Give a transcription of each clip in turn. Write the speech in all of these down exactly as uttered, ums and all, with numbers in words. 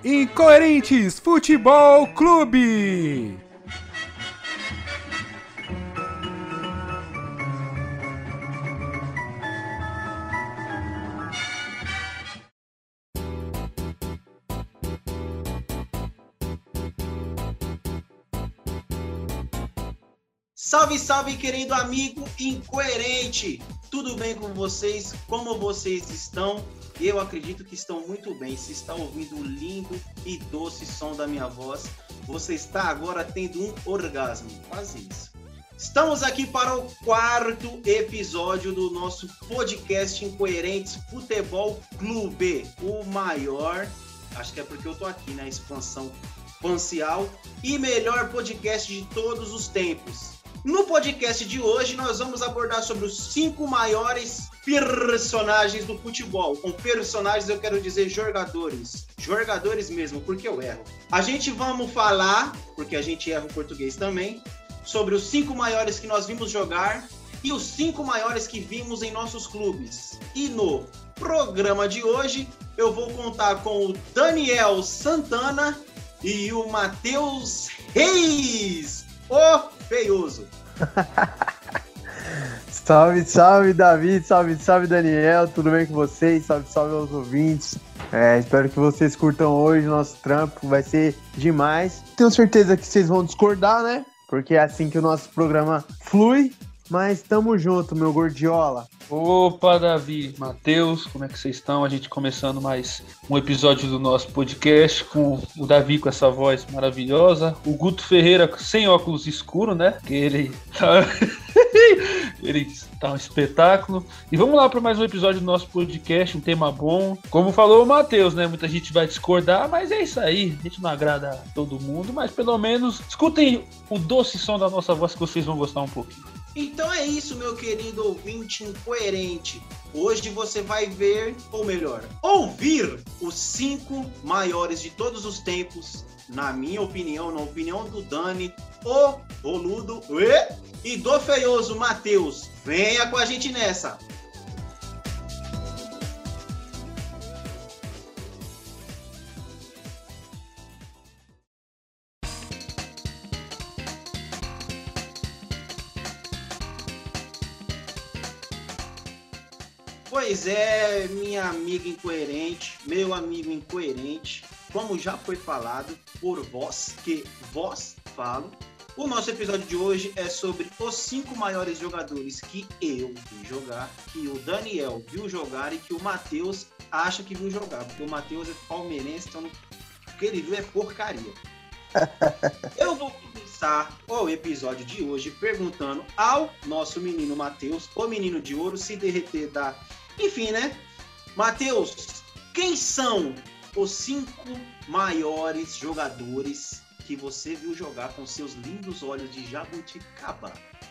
Incoerentes Futebol Clube. Salve, salve, querido amigo incoerente! Tudo bem com vocês? Como vocês estão? Eu acredito que estão muito bem. Se está ouvindo o lindo e doce som da minha voz, você está agora tendo um orgasmo. Quase isso. Estamos aqui para o quarto episódio do nosso podcast Incoerentes Futebol Clube. O maior, acho que é porque eu tô aqui, né? Expansão pancial e melhor podcast de todos os tempos. No podcast de hoje, nós vamos abordar sobre os cinco maiores personagens do futebol. Com personagens, eu quero dizer jogadores. Jogadores mesmo, porque eu erro. A gente vamos falar, porque a gente erra o português também, sobre os cinco maiores que nós vimos jogar e os cinco maiores que vimos em nossos clubes. E no programa de hoje, eu vou contar com o Daniel Santana e o Matheus Reis, o feioso. Salve, salve, Davi, salve, salve, Daniel, tudo bem com vocês? Salve, salve aos ouvintes. É, espero que vocês curtam hoje o nosso trampo, vai ser demais. Tenho certeza que vocês vão discordar, né? Porque é assim que o nosso programa flui. Mas tamo junto, meu gordiola. Opa, Davi, Matheus, como é que vocês estão? A gente começando mais um episódio do nosso podcast com o Davi com essa voz maravilhosa, o Guto Ferreira sem óculos escuro, né? Porque ele tá... ele tá um espetáculo. E vamos lá para mais um episódio do nosso podcast, um tema bom. Como falou o Matheus, né? Muita gente vai discordar, mas é isso aí. A gente não agrada a todo mundo, mas pelo menos escutem o doce som da nossa voz que vocês vão gostar um pouquinho. Então é isso, meu querido ouvinte incoerente. Hoje você vai ver, ou melhor, ouvir os cinco maiores de todos os tempos, na minha opinião, na opinião do Dani, o boludo e do feioso Matheus. Venha com a gente nessa! Pois é, minha amiga incoerente, meu amigo incoerente, como já foi falado por vós, que vós falo, o nosso episódio de hoje é sobre os cinco maiores jogadores que eu vi jogar, que o Daniel viu jogar e que o Matheus acha que viu jogar, porque o Matheus é palmeirense, então o que ele viu é porcaria. Eu vou começar o episódio de hoje perguntando ao nosso menino Matheus, o menino de ouro, se derreter da... Enfim, né? Matheus, quem são os cinco maiores jogadores que você viu jogar com seus lindos olhos de jabuticaba?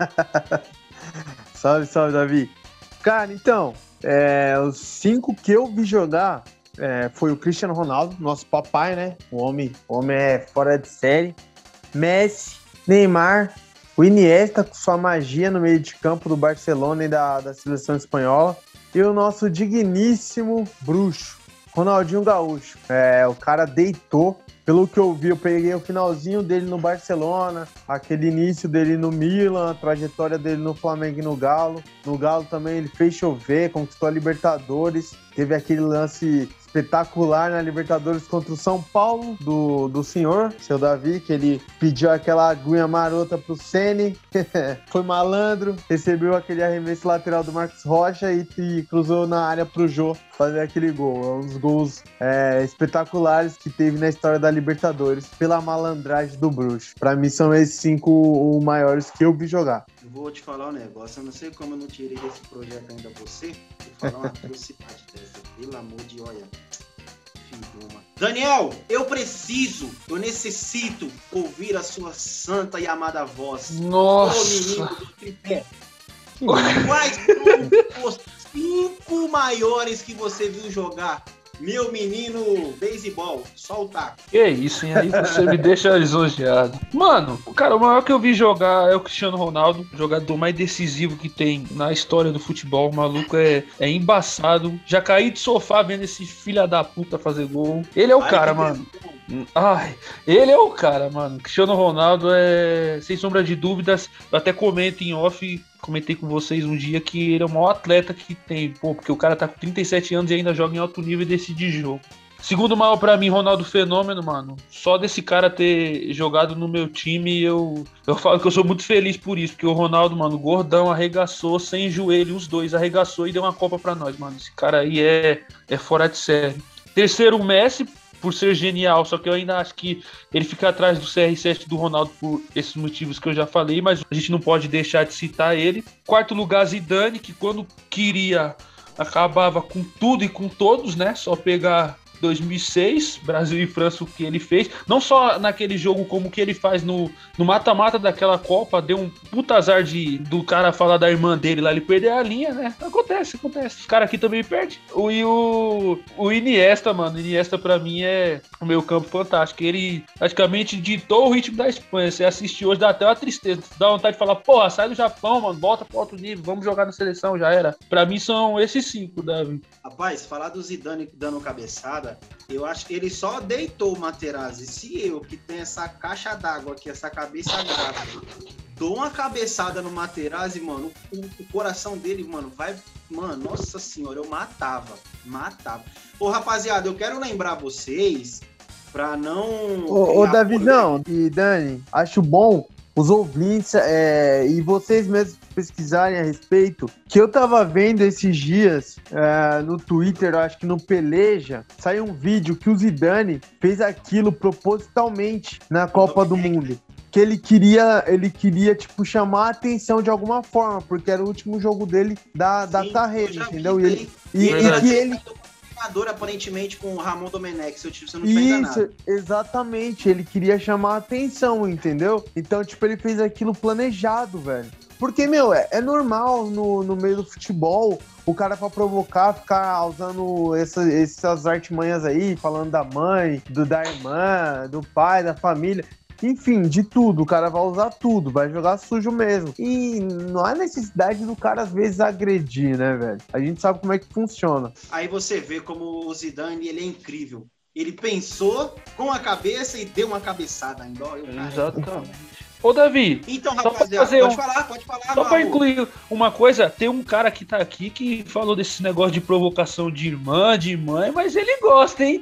Salve, salve, Davi. Cara, então, é, os cinco que eu vi jogar é, foi o Cristiano Ronaldo, nosso papai, né? O homem, o homem é fora de série. Messi, Neymar, o Iniesta com sua magia no meio de campo do Barcelona e da, da seleção espanhola. E o nosso digníssimo bruxo, Ronaldinho Gaúcho. É, o cara deitou. Pelo que eu vi, eu peguei o finalzinho dele no Barcelona, aquele início dele no Milan, a trajetória dele no Flamengo e no Galo. No Galo também ele fez chover, conquistou a Libertadores. Teve aquele lance espetacular na Libertadores contra o São Paulo, do, do senhor, seu Davi, que ele pediu aquela aguinha marota pro Ceni, foi malandro, recebeu aquele arremesso lateral do Marcos Rocha e, e cruzou na área pro Jô fazer aquele gol. É um dos gols é, espetaculares que teve na história da Libertadores, pela malandragem do bruxo. Pra mim são esses cinco maiores que eu vi jogar. Eu vou te falar um negócio, eu não sei como eu não tirei desse projeto ainda você, vou falar uma atrocidade dessa, pelo amor de olha, filho de uma. Daniel, eu preciso, eu necessito ouvir a sua santa e amada voz. Nossa! Ô menino do tripé. Quais são os cinco maiores que você viu jogar? Meu menino beisebol, só o taco. Que isso, hein? Aí você me deixa lisonjeado. Mano, cara, o maior que eu vi jogar é o Cristiano Ronaldo, o jogador mais decisivo que tem na história do futebol. O maluco é, é embaçado. Já caí de sofá vendo esse filho da puta fazer gol. Ele é o Ai, cara, que mano. tesão. Ai, ele é o cara, mano. Cristiano Ronaldo é, sem sombra de dúvidas, eu até comento em off, comentei com vocês um dia que ele é o maior atleta que tem, pô, porque o cara tá com trinta e sete anos e ainda joga em alto nível e decide jogo. Segundo maior pra mim, Ronaldo Fenômeno, mano. Só desse cara ter jogado no meu time, eu, eu falo que eu sou muito feliz por isso, porque o Ronaldo, mano, gordão, arregaçou, sem joelho, os dois, arregaçou e deu uma Copa pra nós, mano. Esse cara aí é, é fora de série. Terceiro, o Messi, por ser genial, só que eu ainda acho que ele fica atrás do C R sete do Ronaldo por esses motivos que eu já falei, mas a gente não pode deixar de citar ele. Quarto lugar, Zidane, que quando queria acabava com tudo e com todos, né? Só pegar dois mil e seis, Brasil e França, o que ele fez, não só naquele jogo, como o que ele faz no, no mata-mata daquela Copa, deu um puta azar de, do cara falar da irmã dele lá, ele perder a linha, né? Acontece, acontece. Os caras aqui também perdem. O, e o, o Iniesta, mano, o Iniesta pra mim é o meio campo fantástico. Ele praticamente ditou o ritmo da Espanha. Você assiste hoje, dá até uma tristeza, dá vontade de falar, porra, sai do Japão, mano, volta pro outro nível, vamos jogar na seleção, já era. Pra mim são esses cinco, Davi. Rapaz, falar do Zidane dando cabeçada, eu acho que ele só deitou o Materazzi. Se eu, que tenho essa caixa d'água aqui, essa cabeça grávida, dou uma cabeçada no Materazzi, mano, o, o coração dele, mano, vai... Mano, nossa senhora, eu matava, matava. Ô, rapaziada, eu quero lembrar vocês, pra não... Ô, ô Davizão e Dani, acho bom os ouvintes é, e vocês mesmos pesquisarem a respeito, que eu tava vendo esses dias é, no Twitter, acho que no Peleja, saiu um vídeo que o Zidane fez aquilo propositalmente na Copa do Mundo. Que ele queria, ele queria, tipo, chamar a atenção de alguma forma, porque era o último jogo dele da, da Sim, carreira, entendeu? E, ele, e, e, ele e que ele... aparentemente com o Ramon Domenech, se eu, se eu não tiver enganado. Isso, exatamente, ele queria chamar a atenção, entendeu? Então, tipo, ele fez aquilo planejado, velho. Porque, meu, é, é normal no, no meio do futebol o cara pra provocar, ficar usando essa, essas artimanhas aí, falando da mãe, do, da irmã, do pai, da família. Enfim, de tudo, o cara vai usar tudo, vai jogar sujo mesmo. E não há necessidade do cara, às vezes, agredir, né, velho? A gente sabe como é que funciona. Aí você vê como o Zidane, ele é incrível. Ele pensou com a cabeça e deu uma cabeçada ainda. Exatamente. Ô, Davi, então, só rapaziada, pode um... falar, pode falar. Só pra incluir uma coisa, tem um cara que tá aqui que falou desse negócio de provocação de irmã, de mãe, mas ele gosta, hein?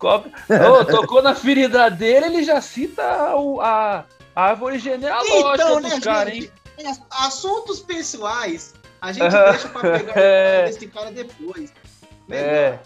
Oh, tocou na ferida dele, ele já cita o, a, a árvore genealógica então, dos né, caras, hein? Assuntos pessoais, a gente uh-huh. deixa pra pegar é. esse cara depois. É.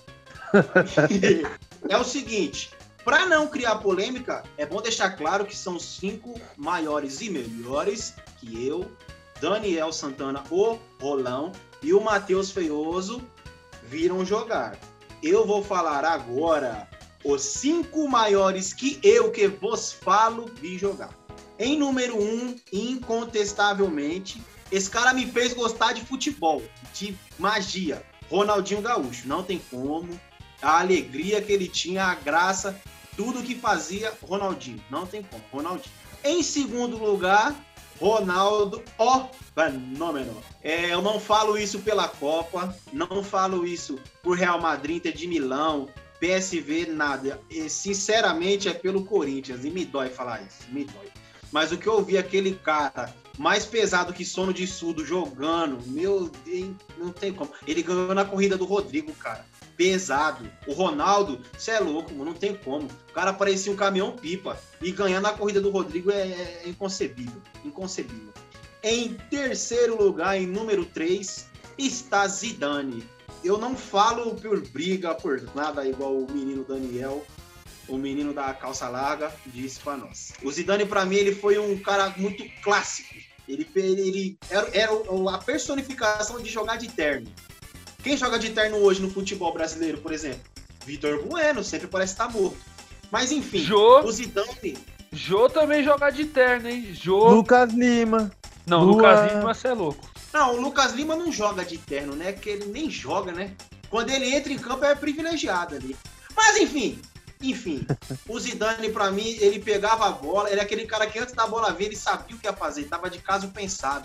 É o seguinte, pra não criar polêmica, é bom deixar claro que são cinco maiores e melhores que eu, Daniel Santana, o Rolão e o Matheus Feioso viram jogar. Eu vou falar agora os cinco maiores que eu que vos falo vi jogar. Em número um, incontestavelmente, esse cara me fez gostar de futebol, de magia. Ronaldinho Gaúcho, não tem como. A alegria que ele tinha, a graça, tudo que fazia, Ronaldinho, não tem como. Ronaldinho. Em segundo lugar, Ronaldo, ó, fenômeno. É, eu não falo isso pela Copa, não falo isso por Real Madrid, Inter de Milão, P S V, nada. E, sinceramente, é pelo Corinthians, e me dói falar isso, me dói. Mas o que eu vi aquele cara mais pesado que sono de surdo jogando, meu Deus, não tem como. Ele ganhou na corrida do Rodrigo, cara. Pesado. O Ronaldo, você é louco, mano, não tem como. O cara parecia um caminhão-pipa. E ganhar na corrida do Rodrigo é, é inconcebível. Inconcebível. Em terceiro lugar, em número três, está Zidane. Eu não falo por briga, por nada, igual o menino Daniel, o menino da calça larga, disse pra nós. O Zidane, pra mim, ele foi um cara muito clássico. Ele, ele era, era a personificação de jogar de terno. Quem joga de terno hoje no futebol brasileiro, por exemplo? Vitor Bueno, sempre parece estar morto. Mas enfim, Jô, o Zidane... Jô também joga de terno, hein? Jô... Lucas Lima. Não, Lua... Lucas Lima, você é louco. Não, o Lucas Lima não joga de terno, né? Porque ele nem joga, né? Quando ele entra em campo é privilegiado ali. Mas enfim, enfim. O Zidane, pra mim, ele pegava a bola, ele é aquele cara que antes da bola vir, ele sabia o que ia fazer, tava de caso pensado.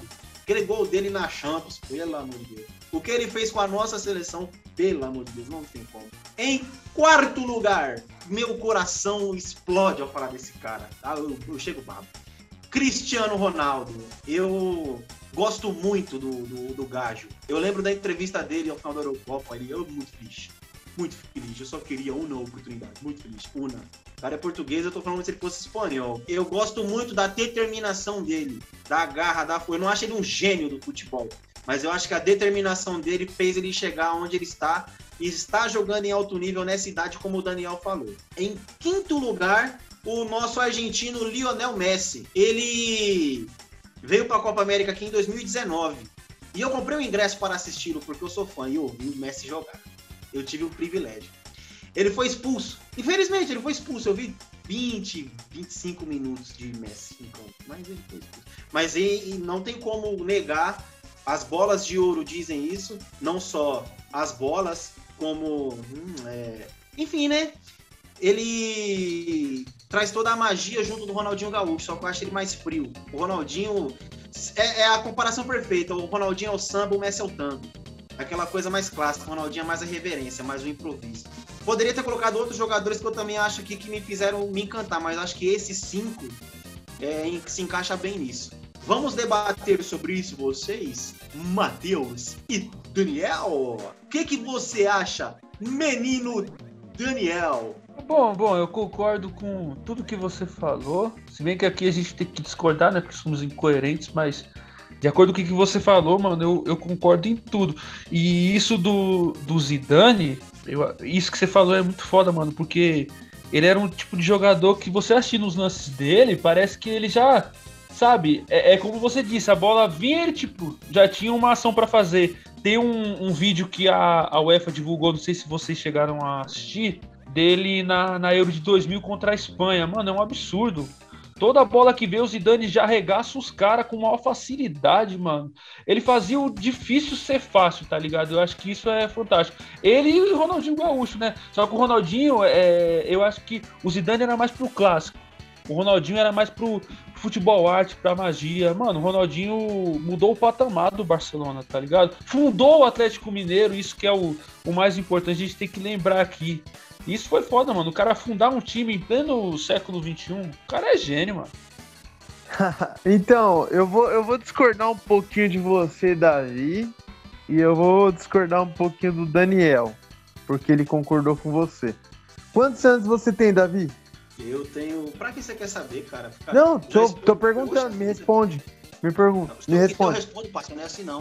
Aquele gol dele na Champions, pelo amor de Deus. O que ele fez com a nossa seleção, pelo amor de Deus, não tem como. Em quarto lugar, meu coração explode ao falar desse cara. Tá? Eu, eu chego bravo. Cristiano Ronaldo. Eu gosto muito do, do, do Gajo. Eu lembro da entrevista dele ao final da Eurocopa. Ele, eu muito feliz. Muito feliz. Eu só queria uma oportunidade. Muito feliz. Una. O cara é português, eu tô falando se ele fosse espanhol. Eu gosto muito da determinação dele, da garra, da força. Eu não acho ele um gênio do futebol, mas eu acho que a determinação dele fez ele chegar onde ele está e está jogando em alto nível nessa idade, como o Daniel falou. Em quinto lugar, o nosso argentino Lionel Messi. Ele veio para a Copa América aqui em dois mil e dezenove e eu comprei o ingresso para assisti-lo porque eu sou fã e eu ouvi o Messi jogar. Eu tive o privilégio. Ele foi expulso. Infelizmente, ele foi expulso. Eu vi vinte, vinte e cinco minutos de Messi em campo. Mas ele foi expulso. Mas e, e não tem como negar. As bolas de ouro dizem isso. Não só as bolas, como... Hum, é... Enfim, né? Ele traz toda a magia junto do Ronaldinho Gaúcho. Só que eu acho ele mais frio. O Ronaldinho... É, é a comparação perfeita. O Ronaldinho é o samba, o Messi é o tango. Aquela coisa mais clássica. O Ronaldinho é mais a reverência, mais o improviso. Poderia ter colocado outros jogadores que eu também acho que, que me fizeram me encantar, mas acho que esses cinco é, se encaixa bem nisso. Vamos debater sobre isso, vocês, Matheus e Daniel. O que, que você acha, menino Daniel? Bom, bom, eu concordo com tudo que você falou. Se bem que aqui a gente tem que discordar, né? Porque somos incoerentes, mas de acordo com o que você falou, mano, eu, eu concordo em tudo. E isso do, do Zidane, eu, isso que você falou é muito foda, mano, porque ele era um tipo de jogador que você assistindo os lances dele, parece que ele já, sabe, é, é como você disse, a bola vinha, ele tipo, já tinha uma ação pra fazer. Tem um, um vídeo que a, a UEFA divulgou, não sei se vocês chegaram a assistir, dele na, na Euro de dois mil contra a Espanha. Mano, é um absurdo. Toda bola que vê o Zidane já arregaça os caras com maior facilidade, mano. Ele fazia o difícil ser fácil, tá ligado? Eu acho que isso é fantástico. Ele e o Ronaldinho Gaúcho, né? Só que o Ronaldinho, é, eu acho que o Zidane era mais pro clássico. O Ronaldinho era mais pro futebol arte, pra magia. Mano, o Ronaldinho mudou o patamar do Barcelona, tá ligado? Fundou o Atlético Mineiro, isso que é o, o mais importante, a gente tem que lembrar aqui. Isso foi foda, mano. O cara fundar um time em pleno século vinte e um, o cara é gênio, mano. Então, eu vou, eu vou discordar um pouquinho de você, Davi, e eu vou discordar um pouquinho do Daniel, porque ele concordou com você. Quantos anos você tem, Davi? Eu tenho... Pra que você quer saber, cara? Fica... Não, tô, tô perguntando, me responde. Me pergunta, me responde. Eu respondo, parceiro, não é assim não.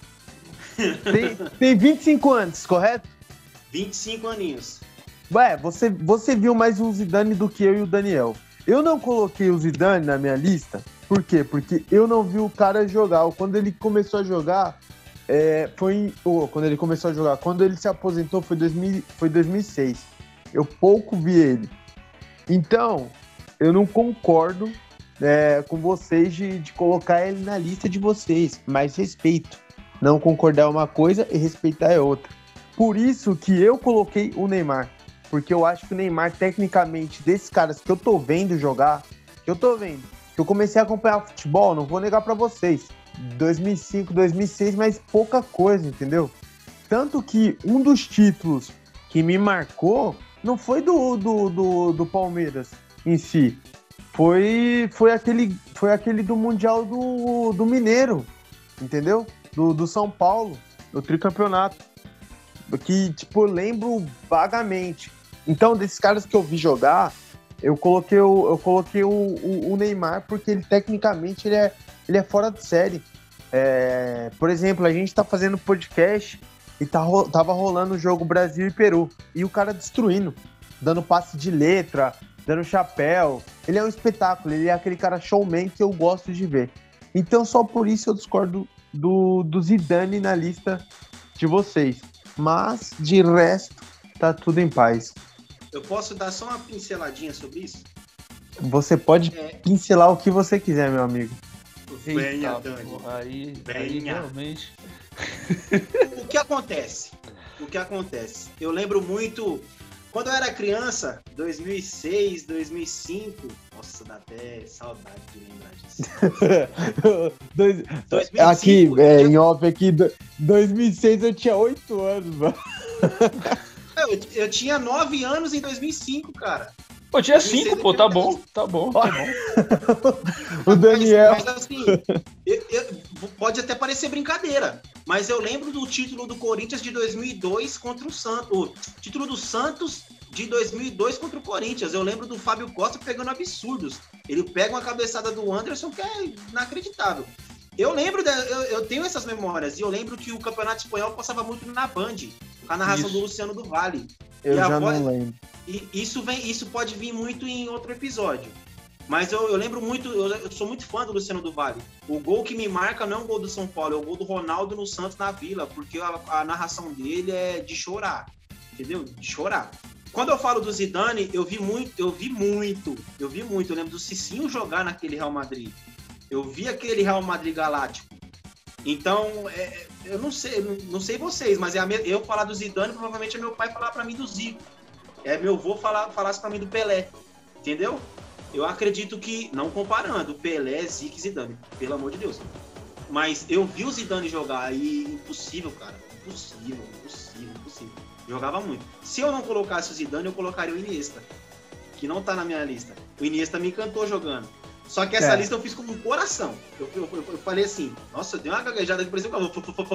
Tem, tem vinte e cinco anos, correto? vinte e cinco aninhos. Ué, você, você viu mais o Zidane do que eu e o Daniel. Eu não coloquei o Zidane na minha lista, por quê? Porque eu não vi o cara jogar. Quando ele começou a jogar, é, foi em, oh, quando ele começou a jogar, quando ele se aposentou foi, dois mil, foi dois mil e seis. Eu pouco vi ele. Então, eu não concordo é, com vocês de, de colocar ele na lista de vocês, mas respeito. Não concordar é uma coisa e respeitar é outra. Por isso que eu coloquei o Neymar. Porque eu acho que o Neymar, tecnicamente, desses caras que eu tô vendo jogar, que eu tô vendo, que eu comecei a acompanhar futebol, não vou negar pra vocês, dois mil e cinco, dois mil e seis, mas pouca coisa, entendeu? Tanto que um dos títulos que me marcou não foi do, do, do, do Palmeiras em si, foi, foi, aquele, foi aquele do Mundial do, do Mineiro, entendeu? Do, do São Paulo, do tricampeonato, que, tipo, eu lembro vagamente. Então, desses caras que eu vi jogar, eu coloquei o, eu coloquei o, o, o Neymar porque ele, tecnicamente, ele é, ele é fora de série. É, por exemplo, a gente tá fazendo podcast e tá, tava rolando o jogo Brasil e Peru. E o cara destruindo, dando passe de letra, dando chapéu. Ele é um espetáculo, ele é aquele cara showman que eu gosto de ver. Então, só por isso eu discordo do, do Zidane na lista de vocês. Mas, de resto, tá tudo em paz. Eu posso dar só uma pinceladinha sobre isso? Você pode é... pincelar o que você quiser, meu amigo. Venha, Eita, Dani. Porra, aí, Venha. aí realmente... O que acontece? O que acontece? Eu lembro muito... Quando eu era criança, dois mil e seis, dois mil e cinco, Nossa, dá até saudade de lembrar disso. Dois, dois mil e cinco, aqui, é, eu... em off aqui, dois mil e seis eu tinha oito anos, mano. Eu, eu tinha nove anos em dois mil e cinco, cara. Pô, tinha cinco, pô, tá bom, tá bom, tá bom. O Daniel... Mas, mas assim, eu, eu, pode até parecer brincadeira, mas eu lembro do título do Corinthians de dois mil e dois contra o Santos. O título do Santos de dois mil e dois contra o Corinthians. Eu lembro do Fábio Costa pegando absurdos. Ele pega uma cabeçada do Anderson que é inacreditável. Eu lembro, de, eu, eu tenho essas memórias, e eu lembro que o Campeonato Espanhol passava muito na Band, com a narração Isso. do Luciano do Vale. Eu e já voz, não lembro. E isso, vem, isso pode vir muito em outro episódio. Mas eu, eu lembro muito, eu, eu sou muito fã do Luciano do Vale. O gol que me marca não é o gol do São Paulo, é o gol do Ronaldo no Santos na Vila, porque a, a narração dele é de chorar, entendeu? De chorar. Quando eu falo do Zidane, eu vi muito, eu vi muito, eu vi muito. Eu lembro do Cicinho jogar naquele Real Madrid. Eu vi aquele Real Madrid galáctico. Então, é, eu não sei, não sei vocês, mas é a me... eu falar do Zidane, provavelmente é meu pai falar pra mim do Zico. É meu avô falar, falasse pra mim do Pelé. Entendeu? Eu acredito que, não comparando, Pelé, Zico e Zidane, pelo amor de Deus. Mas eu vi o Zidane jogar e impossível, cara. Impossível, impossível, impossível. Jogava muito. Se eu não colocasse o Zidane, eu colocaria o Iniesta, que não tá na minha lista. O Iniesta me encantou jogando. Só que essa é. lista eu fiz com um coração. Eu, eu, eu, eu falei assim, nossa, eu dei uma gaguejada aqui, por exemplo,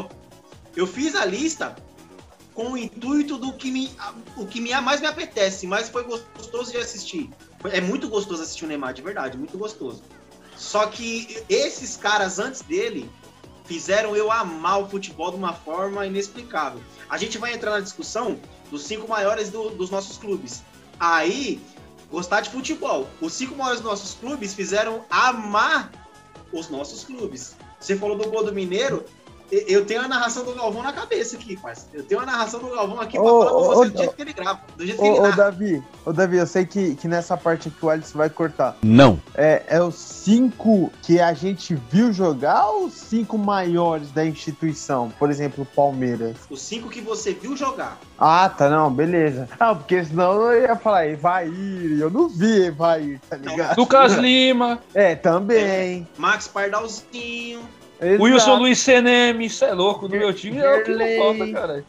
eu fiz a lista com o intuito do que me, o que me, mais me apetece, mas foi gostoso de assistir. É muito gostoso assistir o Neymar, de verdade, muito gostoso. Só que esses caras antes dele fizeram eu amar o futebol de uma forma inexplicável. A gente vai entrar na discussão dos cinco maiores do, dos nossos clubes. Aí... gostar de futebol. Os cinco maiores dos nossos clubes fizeram amar os nossos clubes. Você falou do gol do Mineiro, eu tenho a narração do Galvão na cabeça aqui, parceiro. Eu tenho a narração do Galvão aqui pra ô, falar pra você ô, do jeito ô, que ele grava, do jeito ô, que ele ô, narra. Davi, ô, Davi, eu sei que, que nessa parte aqui o Alisson vai cortar. Não. É, é os cinco que a gente viu jogar ou os cinco maiores da instituição? Por exemplo, o Palmeiras. Os cinco que você viu jogar. Ah, tá, não, beleza. Ah, porque senão eu ia falar Evair, eu não vi Evair, tá ligado? Lucas Lima. É, também. É, Max Pardalzinho. Exato. Wilson Luiz Seneme, isso é louco, no meu time é o que não falta, cara.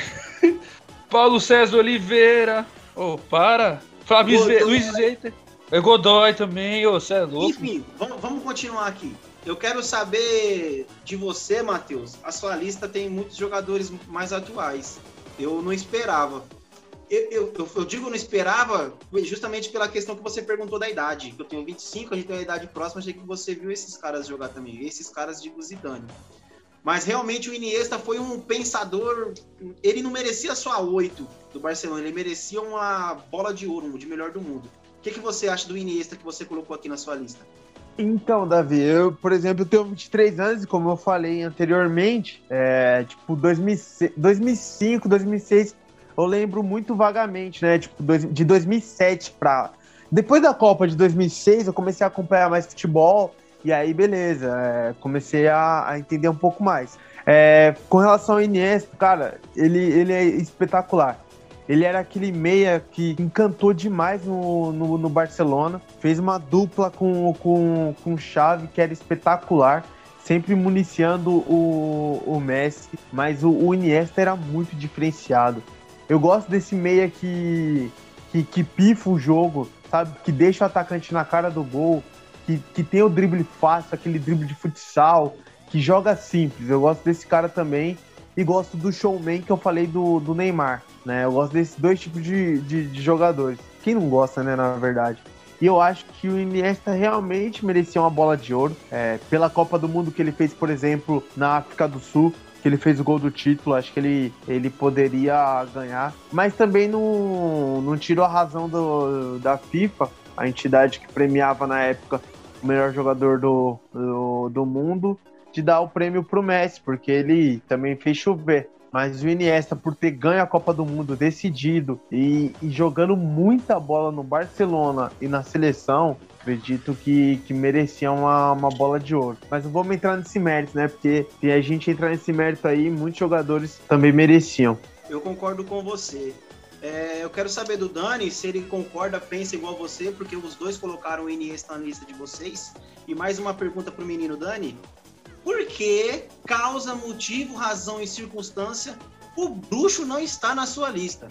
Paulo César Oliveira, ô, oh, para. Flávio Godoy. Luiz Zeiter, é Godoy também, ô, oh, você é louco. Enfim, vamos, vamos continuar aqui. Eu quero saber de você, Matheus. A sua lista tem muitos jogadores mais atuais. Eu não esperava. Eu, eu, eu, eu digo não esperava justamente pela questão que você perguntou da idade. Eu tenho vinte e cinco, a gente tem uma idade próxima, achei que você viu esses caras jogar também. Esses caras de Zidane. Mas realmente o Iniesta foi um pensador. Ele não merecia só a oito do Barcelona, ele merecia uma bola de ouro, de melhor do mundo. O que, que você acha do Iniesta que você colocou aqui na sua lista? Então, Davi, eu, por exemplo, tenho vinte e três anos e como eu falei anteriormente, é, tipo, dois mil e cinco, dois mil e seis, eu lembro muito vagamente, né, tipo, de dois mil e sete pra... Depois da Copa de dois mil e seis, eu comecei a acompanhar mais futebol e aí, beleza, é, comecei a, a entender um pouco mais. É, com relação ao Iniesta, cara, ele, ele é espetacular. Ele era aquele meia que encantou demais no, no, no Barcelona. Fez uma dupla com, com, com Xavi, que era espetacular. Sempre municiando o, o Messi. Mas o, o Iniesta era muito diferenciado. Eu gosto desse meia que, que, que pifa o jogo, sabe? Que deixa o atacante na cara do gol. Que, que tem o drible fácil, aquele drible de futsal. Que joga simples. Eu gosto desse cara também. E gosto do showman que eu falei do, do Neymar. Né? Eu gosto desses dois tipos de, de, de jogadores. Quem não gosta, né, na verdade? E eu acho que o Iniesta realmente merecia uma bola de ouro. É, pela Copa do Mundo que ele fez, por exemplo, na África do Sul, que ele fez o gol do título, acho que ele, ele poderia ganhar. Mas também não, não tirou a razão do, da FIFA, a entidade que premiava na época o melhor jogador do, do, do mundo, de dar o prêmio pro Messi, porque ele também fez chover. Mas o Iniesta, por ter ganho a Copa do Mundo decidido e, e jogando muita bola no Barcelona e na seleção, acredito que, que merecia uma, uma bola de ouro. Mas não vamos entrar nesse mérito, né? Porque se a gente entrar nesse mérito aí, muitos jogadores também mereciam. Eu concordo com você. É, eu quero saber do Dani se ele concorda, pensa igual você, porque os dois colocaram o Iniesta na lista de vocês. E mais uma pergunta pro menino Dani. Por que, causa, motivo, razão e circunstância, o Bruxo não está na sua lista?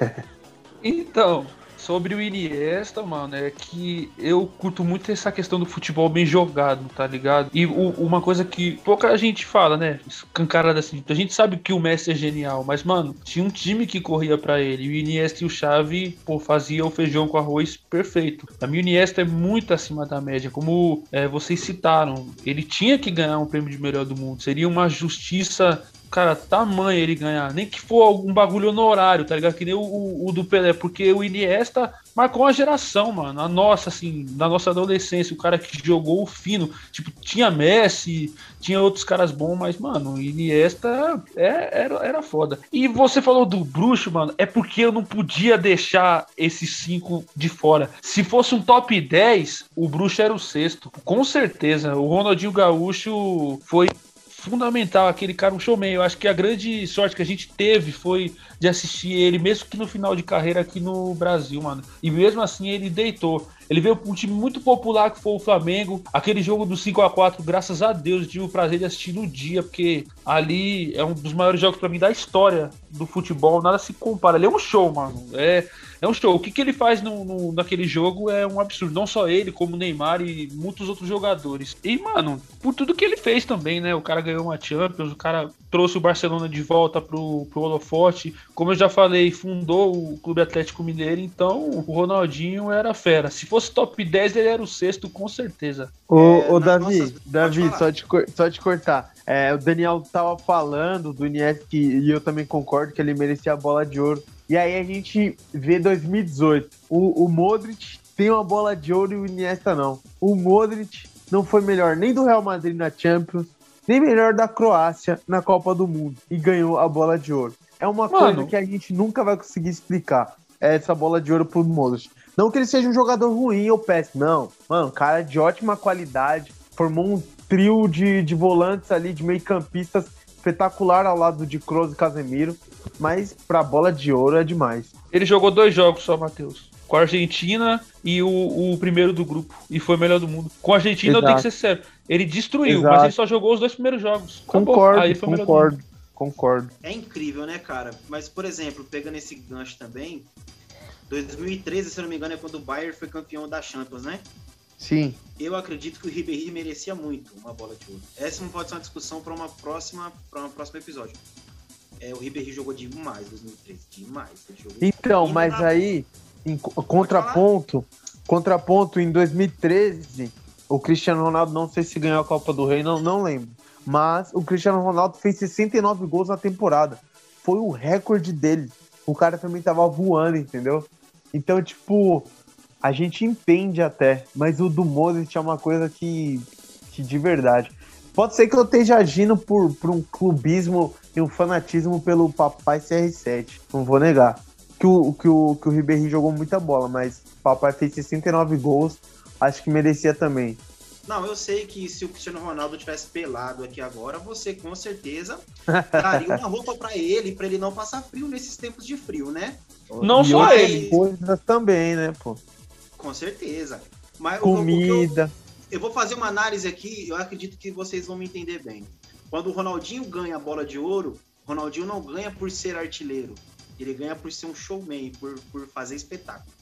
Então, sobre o Iniesta, mano, é que eu curto muito essa questão do futebol bem jogado, tá ligado? E o, uma coisa que pouca gente fala, né? Escancarada assim. A gente sabe que o Messi é genial, mas, mano, tinha um time que corria pra ele. E o Iniesta e o Xavi, pô, fazia o feijão com arroz perfeito. A minha Iniesta é muito acima da média. Como é, vocês citaram, ele tinha que ganhar um prêmio de melhor do mundo. Seria uma justiça... Cara, tamanho ele ganhar. Nem que for algum bagulho honorário, tá ligado? Que nem o, o, o do Pelé. Porque o Iniesta marcou uma geração, mano. A nossa, assim, da nossa adolescência. O cara que jogou o fino. Tipo, tinha Messi, tinha outros caras bons, mas, mano, o Iniesta é, era, era foda. E você falou do Bruxo, mano. É porque eu não podia deixar esses cinco de fora. Se fosse um top dez, o Bruxo era o sexto. Com certeza. O Ronaldinho Gaúcho foi... fundamental, aquele cara, um showman. Eu acho que a grande sorte que a gente teve foi de assistir ele, mesmo que no final de carreira aqui no Brasil, mano. E mesmo assim ele deitou. Ele veio para um time muito popular que foi o Flamengo. Aquele jogo do cinco a quatro, graças a Deus, tive o prazer de assistir no dia, porque ali é um dos maiores jogos para mim da história do futebol. Nada se compara. Ele é um show, mano. É, é um show. O que, que ele faz no, no, naquele jogo é um absurdo. Não só ele, como o Neymar e muitos outros jogadores. E, mano, por tudo que ele fez também, né? O cara ganhou uma Champions, o cara trouxe o Barcelona de volta pro, pro holofote. Como eu já falei, fundou o Clube Atlético Mineiro. Então, o Ronaldinho era fera. Se fosse top dez, ele era o sexto, com certeza. Ô, É, ô nas Davi, nossas- Davi, Pode só te, cor- só te cortar. É, o Daniel tava falando do Iniesta, que- e eu também concordo que ele merecia a bola de ouro. E aí a gente vê dois mil e dezoito. O, o Modric tem uma bola de ouro e o Iniesta não. O Modric não foi melhor nem do Real Madrid na Champions, nem melhor da Croácia na Copa do Mundo. E ganhou a bola de ouro. É uma Mano. coisa que a gente nunca vai conseguir explicar. Essa bola de ouro pro Modric. Não que ele seja um jogador ruim ou péssimo, não. Mano, cara de ótima qualidade, formou um trio de, de volantes ali, de meio-campistas espetacular ao lado de Kroos e Casemiro, mas pra bola de ouro é demais. Ele jogou dois jogos só, Matheus. Com a Argentina e o, o primeiro do grupo. E foi o melhor do mundo. Com a Argentina, eu tenho que ser sério. Ele destruiu, Exato. mas ele só jogou os dois primeiros jogos. Acabou. Concordo, Aí ele foi o melhor do concordo, mundo. concordo. É incrível, né, cara? Mas, por exemplo, pegando esse gancho também, dois mil e treze, se eu não me engano, é quando o Bayern foi campeão da Champions, né? Sim. Eu acredito que o Ribéry merecia muito uma bola de ouro. Essa não pode ser uma discussão para uma próxima, para um próximo episódio. É, o Ribéry jogou demais em dois mil e treze, demais. Ele jogou Então, indo mas na- aí, em co- contraponto, contraponto, em dois mil e treze, o Cristiano Ronaldo, não sei se ganhou a Copa do Rei, não, não lembro. Mas o Cristiano Ronaldo fez sessenta e nove gols na temporada. Foi o recorde dele. O cara também tava voando, entendeu? Então, tipo, a gente entende até, mas o do Modric é uma coisa que, que de verdade. Pode ser que eu esteja agindo por, por um clubismo e um fanatismo pelo papai C R sete. Não vou negar. Que o, que o, que o Ribéry jogou muita bola, mas o papai fez sessenta e nove gols, acho que merecia também. Não, eu sei que se o Cristiano Ronaldo tivesse pelado aqui agora, você com certeza daria uma roupa pra ele, pra ele não passar frio nesses tempos de frio, né? Não E só outras ele. coisas também, né, pô? Com certeza. Mas o- o que eu- Comida. Eu vou fazer uma análise aqui, eu acredito que vocês vão me entender bem. Quando o Ronaldinho ganha a bola de ouro, o Ronaldinho não ganha por ser artilheiro. Ele ganha por ser um showman, por, por fazer espetáculo.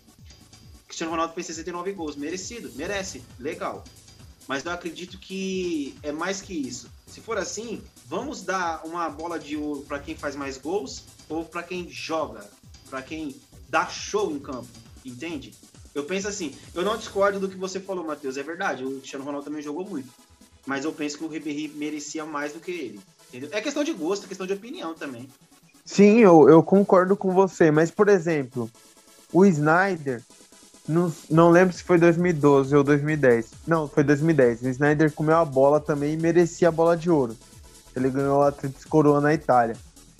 O Cristiano Ronaldo fez sessenta e nove gols, merecido, merece, legal. Mas eu acredito que é mais que isso. Se for assim, vamos dar uma bola de ouro para quem faz mais gols ou para quem joga, para quem dá show em campo, entende? Eu penso assim, eu não discordo do que você falou, Matheus, é verdade, o Cristiano Ronaldo também jogou muito, mas eu penso que o Ribéry merecia mais do que ele, entendeu? É questão de gosto, é questão de opinião também. Sim, eu, eu concordo com você, mas, por exemplo, o Snyder, não, não lembro se foi dois mil e doze ou dois mil e dez. Não, foi dois mil e dez. O Snyder comeu a bola também e merecia a bola de ouro. Ele ganhou a Tríplice Coroa na Itália.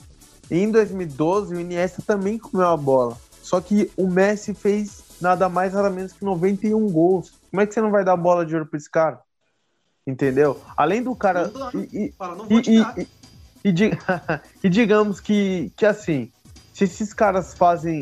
E em dois mil e doze, o Iniesta também comeu a bola. Só que o Messi fez nada mais, nada menos que noventa e um gols. Como é que você não vai dar a bola de ouro pra esse cara? Entendeu? Além do cara... Não dá. E, e, Fala, não vou te e, dar. e, e, di- e digamos que, que assim, se esses caras fazem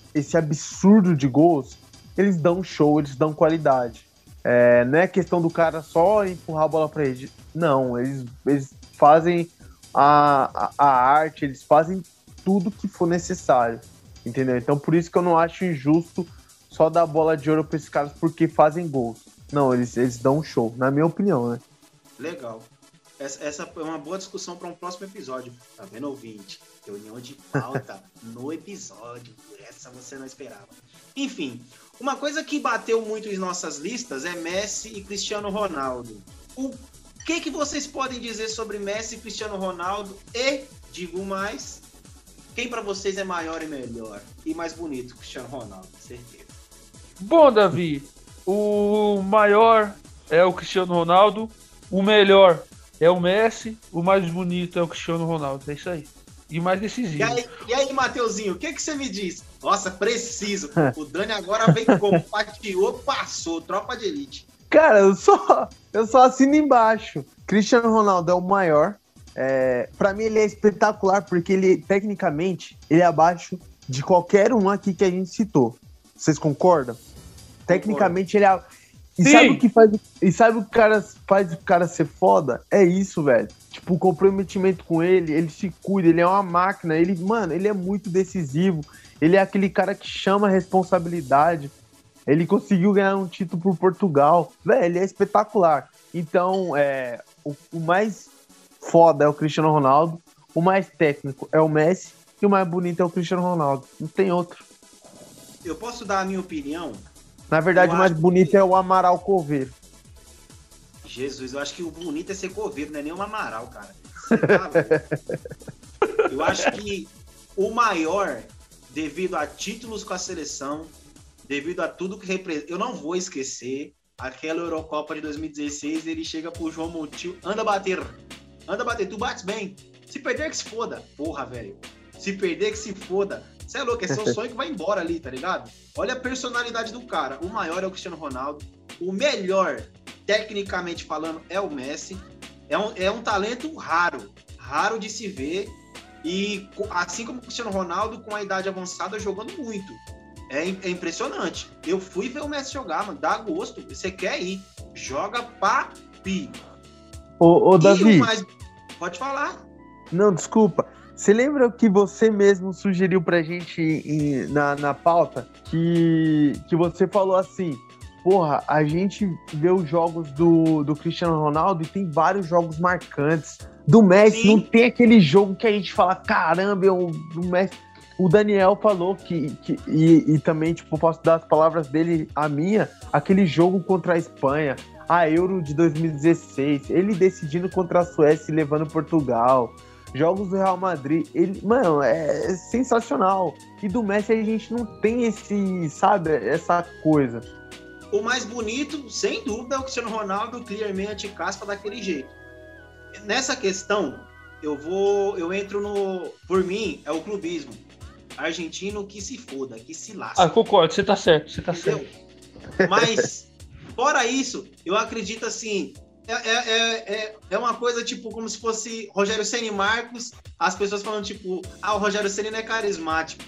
esse absurdo de gols, eles dão show, eles dão qualidade. É, não é questão do cara só empurrar a bola pra rede. Não, eles, eles fazem a, a, a arte, eles fazem tudo que for necessário, entendeu? Então por isso que eu não acho injusto só dar bola de ouro pra esses caras porque fazem gols. Não, eles, eles dão um show, na minha opinião, né? Legal. Essa, essa é uma boa discussão para um próximo episódio. Tá vendo, ouvinte? Reunião de pauta no episódio. Essa você não esperava. Enfim, uma coisa que bateu muito em nossas listas é Messi e Cristiano Ronaldo. O que, que vocês podem dizer sobre Messi e Cristiano Ronaldo? E, digo mais, quem para vocês é maior e melhor? E mais bonito, Cristiano Ronaldo, certeza. Bom, Davi, o maior é o Cristiano Ronaldo, o melhor é o Messi, o mais bonito é o Cristiano Ronaldo, é isso aí. E mais decisivo. E aí, e aí Mateuzinho, o que, que você me diz? Nossa, preciso. O Dani agora vem como fatiou, passou, tropa de elite. Cara, eu só, eu só assino embaixo. Cristiano Ronaldo é o maior. É, pra mim ele é espetacular, porque ele, tecnicamente, ele é abaixo de qualquer um aqui que a gente citou. Vocês concordam? Tecnicamente ele é... E Sim. sabe o que faz, e sabe o que cara, faz o cara ser foda? É isso, velho. Tipo, o comprometimento com ele, ele se cuida, ele é uma máquina, ele, mano, ele é muito decisivo, ele é aquele cara que chama a responsabilidade, ele conseguiu ganhar um título por Portugal, velho, ele é espetacular. Então, é, o, o mais foda é o Cristiano Ronaldo, o mais técnico é o Messi e o mais bonito é o Cristiano Ronaldo, não tem outro. Eu posso dar a minha opinião? Na verdade, Eu o mais acho bonito que... é o Amaral Coveiro. Jesus, eu acho que o bonito é ser coveiro, não é nem um Amaral, cara. Você tá louco. Eu acho que o maior, devido a títulos com a seleção, devido a tudo que representa... Eu não vou esquecer aquela Eurocopa de dois mil e dezesseis, ele chega pro João Moutinho, anda bater, anda bater, tu bates bem. Se perder que se foda. Porra, velho. Se perder que se foda. Você é louco, é seu sonho que vai embora ali, tá ligado? Olha a personalidade do cara. O maior é o Cristiano Ronaldo. O melhor, tecnicamente falando, é o Messi. É um, é um talento raro. Raro de se ver. E assim como o Cristiano Ronaldo, com a idade avançada, jogando muito. É, é impressionante. Eu fui ver o Messi jogar, mano. Dá gosto. Você quer ir. Joga papi. Ô, ô Davi. Mais... Pode falar. Não, desculpa. Você lembra que você mesmo sugeriu pra gente em, na, na pauta que, que você falou assim, porra, a gente vê os jogos do, do Cristiano Ronaldo e tem vários jogos marcantes. Do Messi, sim, não tem aquele jogo que a gente fala, caramba, eu, o Messi... O Daniel falou que, que e, e também, tipo, posso dar as palavras dele a minha, aquele jogo contra a Espanha, a Euro de dois mil e dezesseis, ele decidindo contra a Suécia e levando Portugal... Jogos do Real Madrid, ele, mano, é sensacional. E do Messi a gente não tem esse, sabe, essa coisa. O mais bonito, sem dúvida, é o Cristiano Ronaldo, clearmente caspa daquele jeito. Nessa questão, eu vou, eu entro no, por mim, é o clubismo. Argentino que se foda, que se lasca. Ah, concordo, você tá certo, você tá Entendeu? certo. Mas, fora isso, eu acredito assim... É, é, é, é uma coisa, tipo, como se fosse Rogério Ceni e Marcos, as pessoas falando, tipo, ah, o Rogério Ceni não é carismático.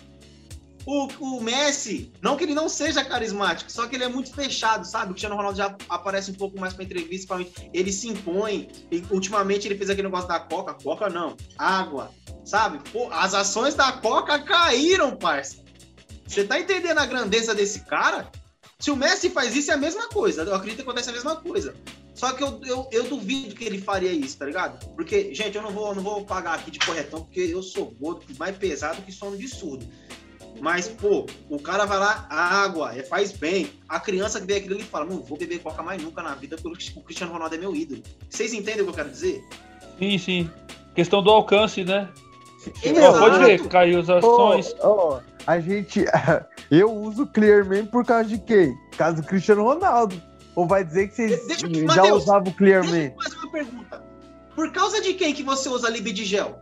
O, o Messi, não que ele não seja carismático, só que ele é muito fechado, sabe? O Cristiano Ronaldo já aparece um pouco mais pra entrevista, ele se impõe. E, ultimamente ele fez aquele negócio da Coca, Coca não, água, sabe? Pô, as ações da Coca caíram, parça. Você tá entendendo a grandeza desse cara? Se o Messi faz isso, é a mesma coisa. Eu acredito que acontece a mesma coisa. Só que eu, eu, eu duvido que ele faria isso, tá ligado? Porque, gente, eu não vou, não vou pagar aqui de corretão, porque eu sou gordo, mais pesado que sono de surdo. Mas, pô, o cara vai lá, água, é, faz bem. A criança que vê aquilo ali fala, não vou beber Coca mais nunca na vida, porque o Cristiano Ronaldo é meu ídolo. Vocês entendem o que eu quero dizer? Sim, sim. Questão do alcance, né? Exato. Pode ver, caiu as ações. Oh, oh, a gente... Eu uso Clearman por causa de quem? Por causa do Cristiano Ronaldo. Ou vai dizer que vocês deixa, já Mateus, usavam o Clearman? Deixa eu fazer uma pergunta. Por causa de quem que você usa Libidigel?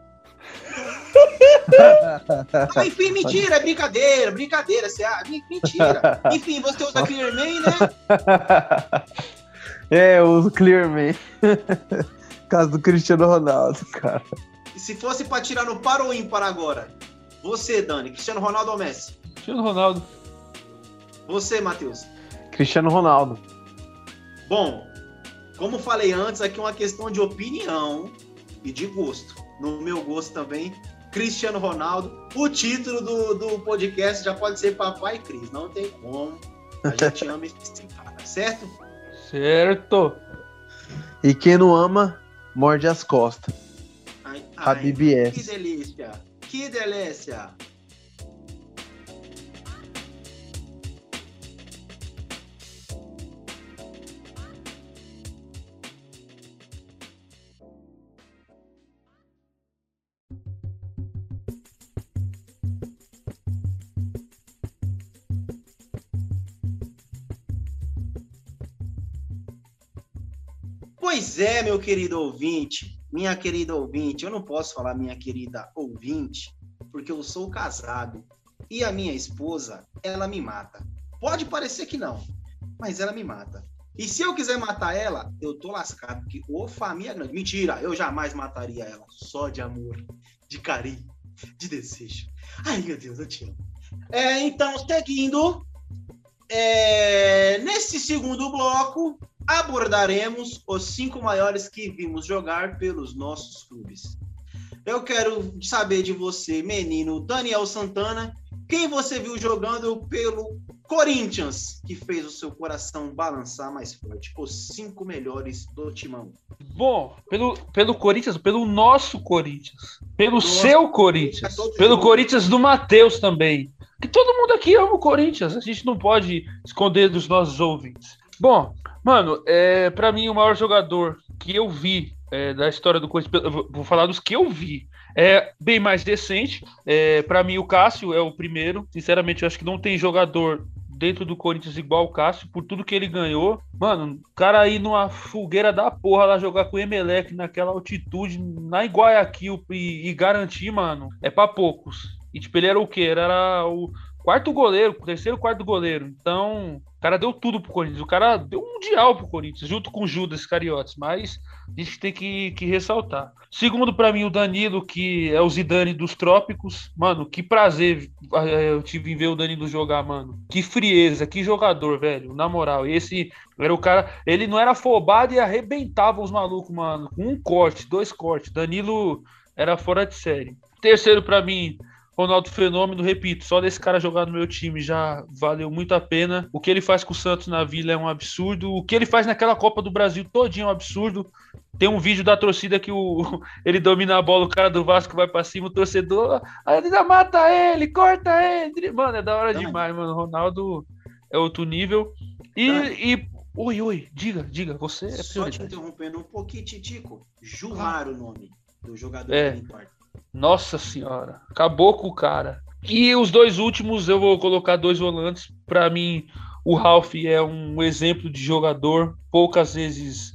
Ah, enfim, mentira, é brincadeira, brincadeira, você, ah, mentira. Enfim, você usa Clearman, né? É, eu uso Clearman. Por causa do Cristiano Ronaldo, cara. E se fosse pra tirar no par ou ímpar agora? Você, Dani, Cristiano Ronaldo ou Messi? Cristiano Ronaldo. Você, Matheus? Cristiano Ronaldo. Bom, como falei antes, aqui é uma questão de opinião e de gosto. No meu gosto também, Cristiano Ronaldo. O título do, do podcast já pode ser Papai Cris, não tem como. A gente ama esse cara, certo? Certo. E quem não ama, morde as costas. Ai, A ai, B B S. que delícia, que delícia. Pois é, meu querido ouvinte, minha querida ouvinte, eu não posso falar minha querida ouvinte, porque eu sou casado e a minha esposa, ela me mata. Pode parecer que não, mas ela me mata. E se eu quiser matar ela, eu tô lascado, porque ô família grande. Mentira, eu jamais mataria ela, só de amor, de carinho, de desejo. Ai, meu Deus, eu te amo. É, então, seguindo, é, nesse segundo bloco, abordaremos os cinco maiores que vimos jogar pelos nossos clubes. Eu quero saber de você, menino Daniel Santana, quem você viu jogando pelo Corinthians, que fez o seu coração balançar mais forte. Os cinco melhores do timão. Bom, pelo, pelo Corinthians, pelo nosso Corinthians, pelo Nossa, seu Corinthians, pelo jogo. Corinthians do Matheus também. Que todo mundo aqui ama o Corinthians, a gente não pode esconder dos nossos ouvintes. Bom, mano, é, pra mim o maior jogador que eu vi é, da história do Corinthians, eu vou falar dos que eu vi, é bem mais decente. É, pra mim o Cássio é o primeiro. Sinceramente, eu acho que não tem jogador dentro do Corinthians igual o Cássio, por tudo que ele ganhou. Mano, o cara aí numa fogueira da porra lá jogar com o Emelec naquela altitude, na Guayaquil e, e garantir, mano, é pra poucos. E tipo, ele era o quê? Era o quarto goleiro, o terceiro, quarto goleiro. Então, o cara deu tudo pro Corinthians. O cara deu um mundial pro Corinthians, junto com o Judas Cariotes. Mas a gente tem que, que ressaltar. Segundo, pra mim, o Danilo, que é o Zidane dos trópicos. Mano, que prazer eu tive em ver o Danilo jogar, mano. Que frieza, que jogador, velho. Na moral, esse era o cara... Ele não era afobado e arrebentava os malucos, mano. Com um corte, dois cortes. Danilo era fora de série. Terceiro, pra mim... Ronaldo Fenômeno, repito, só desse cara jogar no meu time já valeu muito a pena. O que ele faz com o Santos na Vila é um absurdo. O que ele faz naquela Copa do Brasil todinho é um absurdo. Tem um vídeo da torcida que o, ele domina a bola, o cara do Vasco vai pra cima, o torcedor, aí ele ainda mata ele, corta ele. Mano, é da hora Não. demais, mano. O Ronaldo é outro nível. E, e... Oi, oi, diga, diga, você é Só te prioridade. interrompendo um pouquinho, Titico. Jumar o nome do jogador É. que não importa. Nossa senhora, acabou com o cara. E os dois últimos, eu vou colocar dois volantes. Para mim, o Ralf é um exemplo de jogador, poucas vezes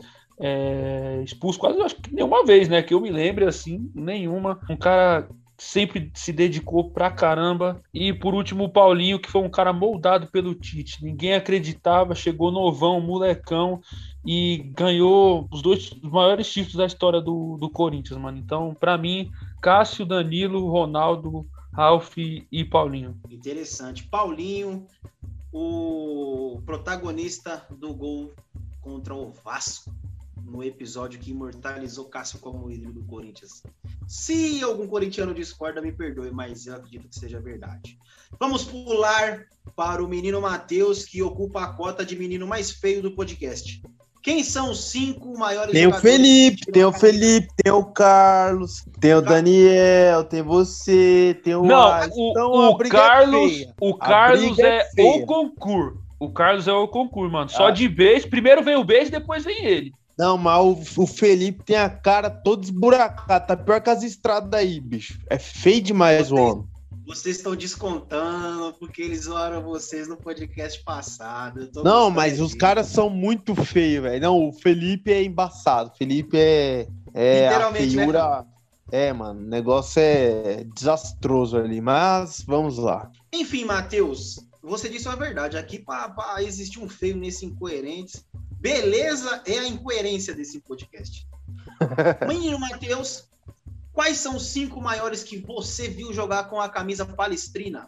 é, expulso, quase acho que nenhuma vez, né? Que eu me lembre assim, nenhuma. Um cara sempre se dedicou pra caramba. E por último, o Paulinho, que foi um cara moldado pelo Tite. Ninguém acreditava, chegou novão, molecão. E ganhou os dois os maiores títulos da história do, do Corinthians, mano. Então, pra mim, Cássio, Danilo, Ronaldo, Ralf e Paulinho. Interessante. Paulinho, o protagonista do gol contra o Vasco, no episódio que imortalizou Cássio como ídolo do Corinthians. Se algum corintiano discorda, me perdoe, mas eu acredito que seja verdade. Vamos pular para o menino Matheus, que ocupa a cota de menino mais feio do podcast. Quem são os cinco maiores Tem o jogadores? Felipe, que tem o tiram a camisa? Felipe, tem o Carlos, tem o Daniel, tem você, tem o Não, Alisson. o, Então, o a briga é Carlos, feia. o A Carlos briga é, é feia. o concurso. O Carlos é o concurso, mano. Só Ah. de beijo. Primeiro vem o beijo, depois vem ele. Não, mas o, o Felipe tem a cara toda esburacada, tá pior que as estradas aí, bicho. É feio demais o homem. Vocês estão descontando porque eles zoaram vocês no podcast passado. Eu tô Não, gostando mas os disso. caras são muito feios, velho. Não, o Felipe é embaçado. O Felipe é, é a Literalmente, né, feiura. É, mano, o negócio é desastroso ali, mas vamos lá. Enfim, Matheus, você disse a verdade. Aqui para existir um feio nesse Incoerentes, beleza é a incoerência desse podcast. Menino Matheus, quais são os cinco maiores que você viu jogar com a camisa palestrina?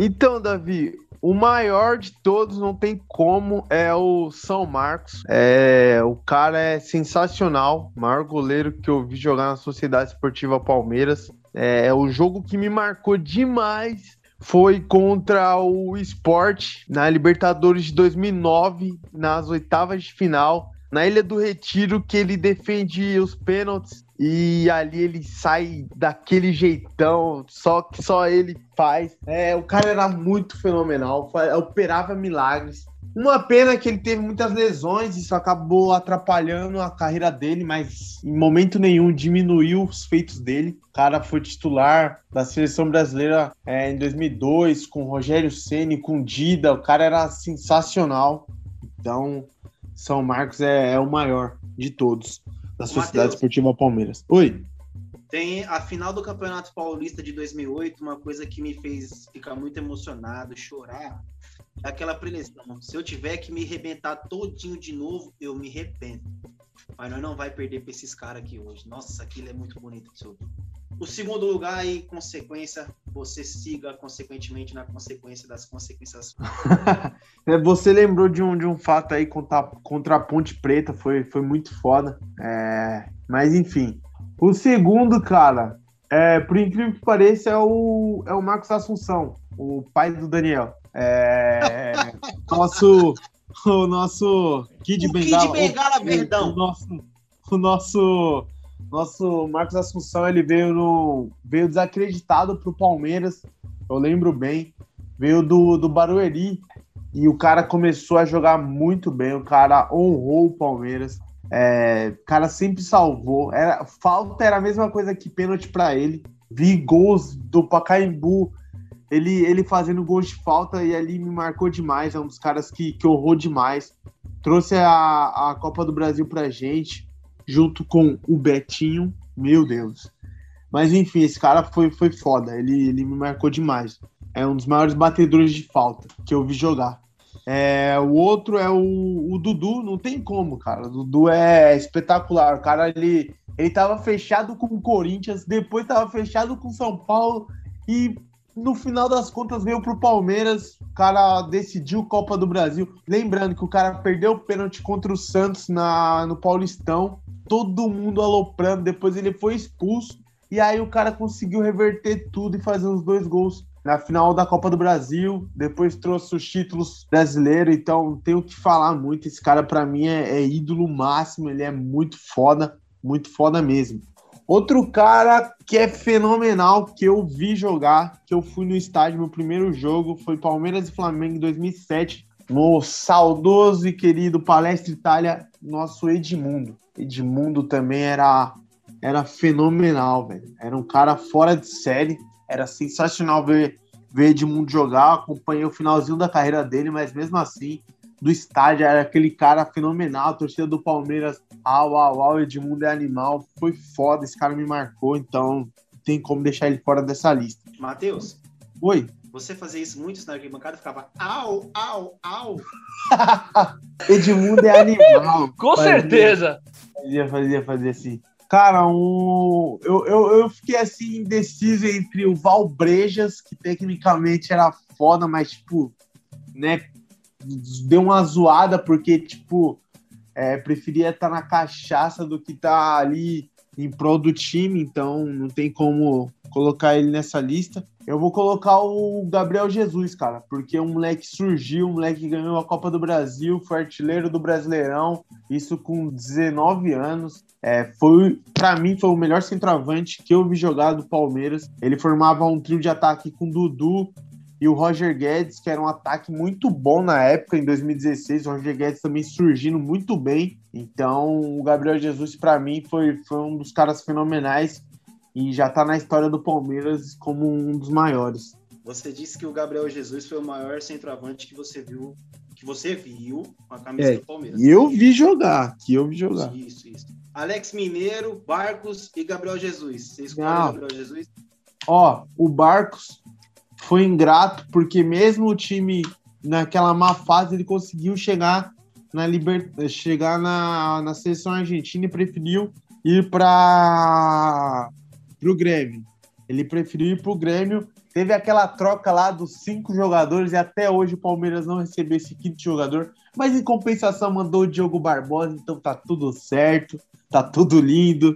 Então, Davi, o maior de todos, não tem como, é o São Marcos. É, o cara é sensacional, o maior goleiro que eu vi jogar na Sociedade Esportiva Palmeiras. É, o jogo que me marcou demais foi contra o Sport na Libertadores de dois mil e nove, nas oitavas de final, na Ilha do Retiro, que ele defende os pênaltis e ali ele sai daquele jeitão, só que só ele faz. É, o cara era muito fenomenal, operava milagres. Uma pena que ele teve muitas lesões, isso acabou atrapalhando a carreira dele, mas em momento nenhum diminuiu os feitos dele. O cara foi titular da seleção brasileira é, em dois mil e dois, com Rogério Ceni, com Dida, o cara era sensacional. Então, São Marcos é, é o maior de todos da Sociedade Esportiva Palmeiras. Oi. Tem a final do Campeonato Paulista de dois mil e oito, uma coisa que me fez ficar muito emocionado, chorar, é aquela preleção. Se eu tiver que me arrebentar todinho de novo, eu me arrebento. Mas nós não vai perder para esses caras aqui hoje. Nossa, aquilo é muito bonito de se ouvir. O segundo lugar aí, consequência, você siga consequentemente na consequência das consequências. Você lembrou de um, de um fato aí contra, contra a Ponte Preta, foi, foi muito foda. É, mas enfim. O segundo, cara, é, por incrível que pareça, é o, é o Marcos Assunção, o pai do Daniel. É, nosso, o nosso Kid o Bengala. Kid Bengala, o, perdão. O nosso, o nosso, nosso Marcos Assunção, ele veio, no, veio desacreditado pro Palmeiras, eu lembro bem. Veio do, do Barueri e o cara começou a jogar muito bem, o cara honrou o Palmeiras. É, o cara sempre salvou. Era, falta era a mesma coisa que pênalti pra ele. Vi gols do Pacaembu, ele, ele fazendo gols de falta e ali me marcou demais. É um dos caras que, que honrou demais. Trouxe a, a Copa do Brasil pra gente, junto com o Betinho. Meu Deus. Mas enfim, esse cara foi, foi foda. Ele, ele me marcou demais. É um dos maiores batedores de falta que eu vi jogar. É, o outro é o, o Dudu, não tem como, cara. O Dudu é espetacular. O cara, ele, ele tava fechado com o Corinthians, depois tava fechado com o São Paulo e no final das contas veio pro Palmeiras. O cara decidiu Copa do Brasil. Lembrando que o cara perdeu o pênalti contra o Santos na, no Paulistão. Todo mundo aloprando, depois ele foi expulso. E aí o cara conseguiu reverter tudo e fazer os dois gols na final da Copa do Brasil, depois trouxe os títulos brasileiros, então tenho que falar muito. Esse cara, pra mim, é, é ídolo máximo, ele é muito foda, muito foda mesmo. Outro cara que é fenomenal, que eu vi jogar, que eu fui no estádio, meu primeiro jogo, foi Palmeiras e Flamengo em dois mil e sete, no saudoso e querido Palestra Itália, nosso Edmundo. Edmundo também era, era fenomenal, velho. Era um cara fora de série. Era sensacional ver, ver Edmundo jogar, acompanhei o finalzinho da carreira dele, mas mesmo assim, do estádio, era aquele cara fenomenal, a torcida do Palmeiras, au, au, au, Edmundo é animal, foi foda, esse cara me marcou, então não tem como deixar ele fora dessa lista. Matheus? Oi? Você fazia isso muito na arquibancada, ficava au, au, au. Edmundo é animal. Com fazia, certeza. Fazia, fazia, fazia assim. Cara, um... eu, eu, eu fiquei assim indeciso entre o Valbrejas, que tecnicamente era foda, mas tipo, né, deu uma zoada porque, tipo, é, preferia estar na cachaça do que estar ali em prol do time, então não tem como colocar ele nessa lista. Eu vou colocar o Gabriel Jesus, cara, porque um moleque surgiu, um moleque ganhou a Copa do Brasil, foi artilheiro do Brasileirão, isso com dezenove anos. É, foi, pra mim, foi o melhor centroavante que eu vi jogar do Palmeiras. Ele formava um trio de ataque com o Dudu e o Roger Guedes, que era um ataque muito bom na época, em dois mil e dezesseis. O Roger Guedes também surgindo muito bem. Então, o Gabriel Jesus, pra mim, foi, foi um dos caras fenomenais e já tá na história do Palmeiras como um dos maiores. Você disse que o Gabriel Jesus foi o maior centroavante que você viu, que você viu com a camisa é, do Palmeiras. E eu vi jogar, que eu vi jogar. Isso, isso. Alex Mineiro, Barcos e Gabriel Jesus. Você escolhe o Gabriel Jesus? Ó, o Barcos foi ingrato, porque mesmo o time naquela má fase, ele conseguiu chegar na, liber... chegar na... na seleção argentina e preferiu ir para o Grêmio. Ele preferiu ir para o Grêmio teve aquela troca lá dos cinco jogadores e até hoje o Palmeiras não recebeu esse quinto jogador, mas em compensação mandou o Diogo Barbosa, então tá tudo certo, tá tudo lindo.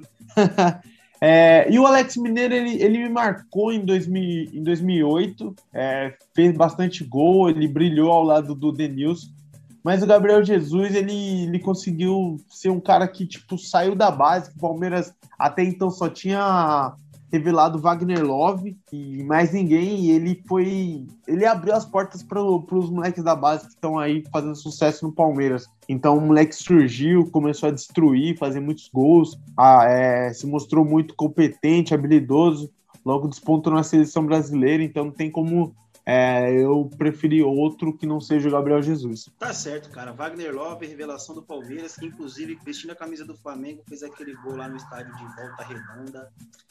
É, e o Alex Mineiro, ele, ele me marcou em, dois mil, em dois mil e oito, é, fez bastante gol, ele brilhou ao lado do Denilson, mas o Gabriel Jesus, ele, ele conseguiu ser um cara que, tipo, saiu da base, que o Palmeiras até então só tinha revelado Wagner Love e mais ninguém, e ele foi, ele abriu as portas para os moleques da base que estão aí fazendo sucesso no Palmeiras. Então o moleque surgiu, começou a destruir, fazer muitos gols, ah, é, se mostrou muito competente, habilidoso, logo despontou na seleção brasileira, então não tem como é, eu preferir outro que não seja o Gabriel Jesus. Tá certo, cara. Wagner Love, revelação do Palmeiras, que inclusive vestindo a camisa do Flamengo, fez aquele gol lá no estádio de Volta Redonda,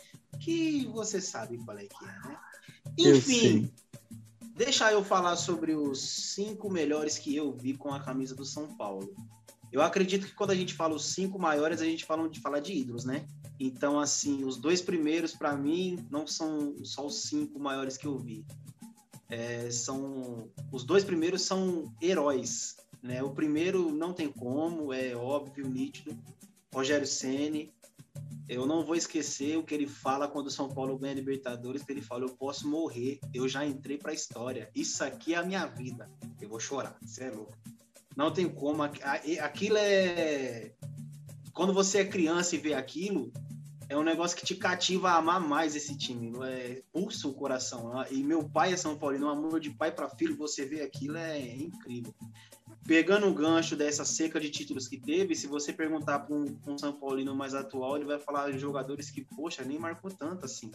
que você sabe qual é que é, né? Enfim, deixa eu falar sobre os cinco melhores que eu vi com a camisa do São Paulo. Eu acredito que quando a gente fala os cinco maiores, a gente fala de falar de ídolos, né? Então, assim, os dois primeiros, para mim, não são só os cinco maiores que eu vi. É, são, os dois primeiros são heróis, né? O primeiro não tem como, é óbvio, nítido, Rogério Ceni. Eu não vou esquecer o que ele fala quando o São Paulo ganha a Libertadores, que ele fala, eu posso morrer, eu já entrei para a história, isso aqui é a minha vida. Eu vou chorar, você é louco. Não tem como, aquilo é... Quando você é criança e vê aquilo, é um negócio que te cativa a amar mais esse time, não é? Pulsa o coração. E meu pai é São Paulino, um amor de pai para filho, você vê aquilo, é incrível. Pegando o gancho dessa seca de títulos que teve, se você perguntar para um, um São Paulino mais atual, ele vai falar de jogadores que, poxa, nem marcou tanto assim.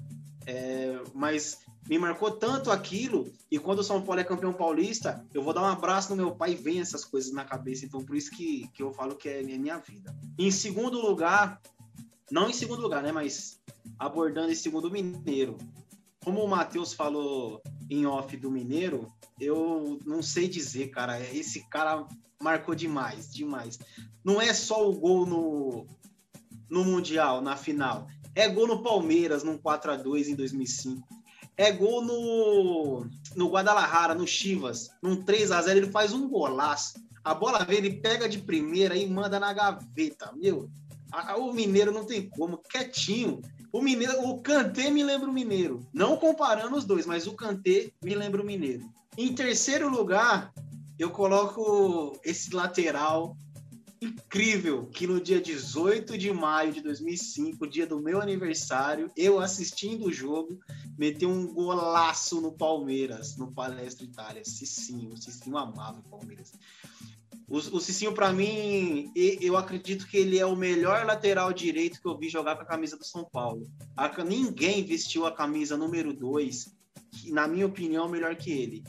É, mas me marcou tanto aquilo, e quando o São Paulo é campeão paulista, eu vou dar um abraço no meu pai e vem essas coisas na cabeça. Então, por isso que, que eu falo que é minha vida. Em segundo lugar, não em segundo lugar, né, mas abordando em segundo, o Mineiro. Como o Matheus falou em off do Mineiro, eu não sei dizer, cara. Esse cara marcou demais, demais. Não é só o gol no, no Mundial, na final. É gol no Palmeiras, num quatro a dois em dois mil e cinco. É gol no, no Guadalajara, no Chivas, num três a zero. Ele faz um golaço. A bola vem, ele pega de primeira e manda na gaveta. Meu, a, a, o Mineiro não tem como, quietinho. O Mineiro, o Kanté me lembra o Mineiro. Não comparando os dois, mas o Kanté me lembra o Mineiro. Em terceiro lugar, eu coloco esse lateral incrível, que no dia dezoito de maio de dois mil e cinco, dia do meu aniversário, eu assistindo o jogo, meteu um golaço no Palmeiras, no Palestra Itália. Cicinho, o Cicinho amava o Palmeiras. O, o Cicinho, para mim, eu acredito que ele é o melhor lateral direito que eu vi jogar com a camisa do São Paulo. A, ninguém vestiu a camisa número dois, que, na minha opinião, é melhor que ele.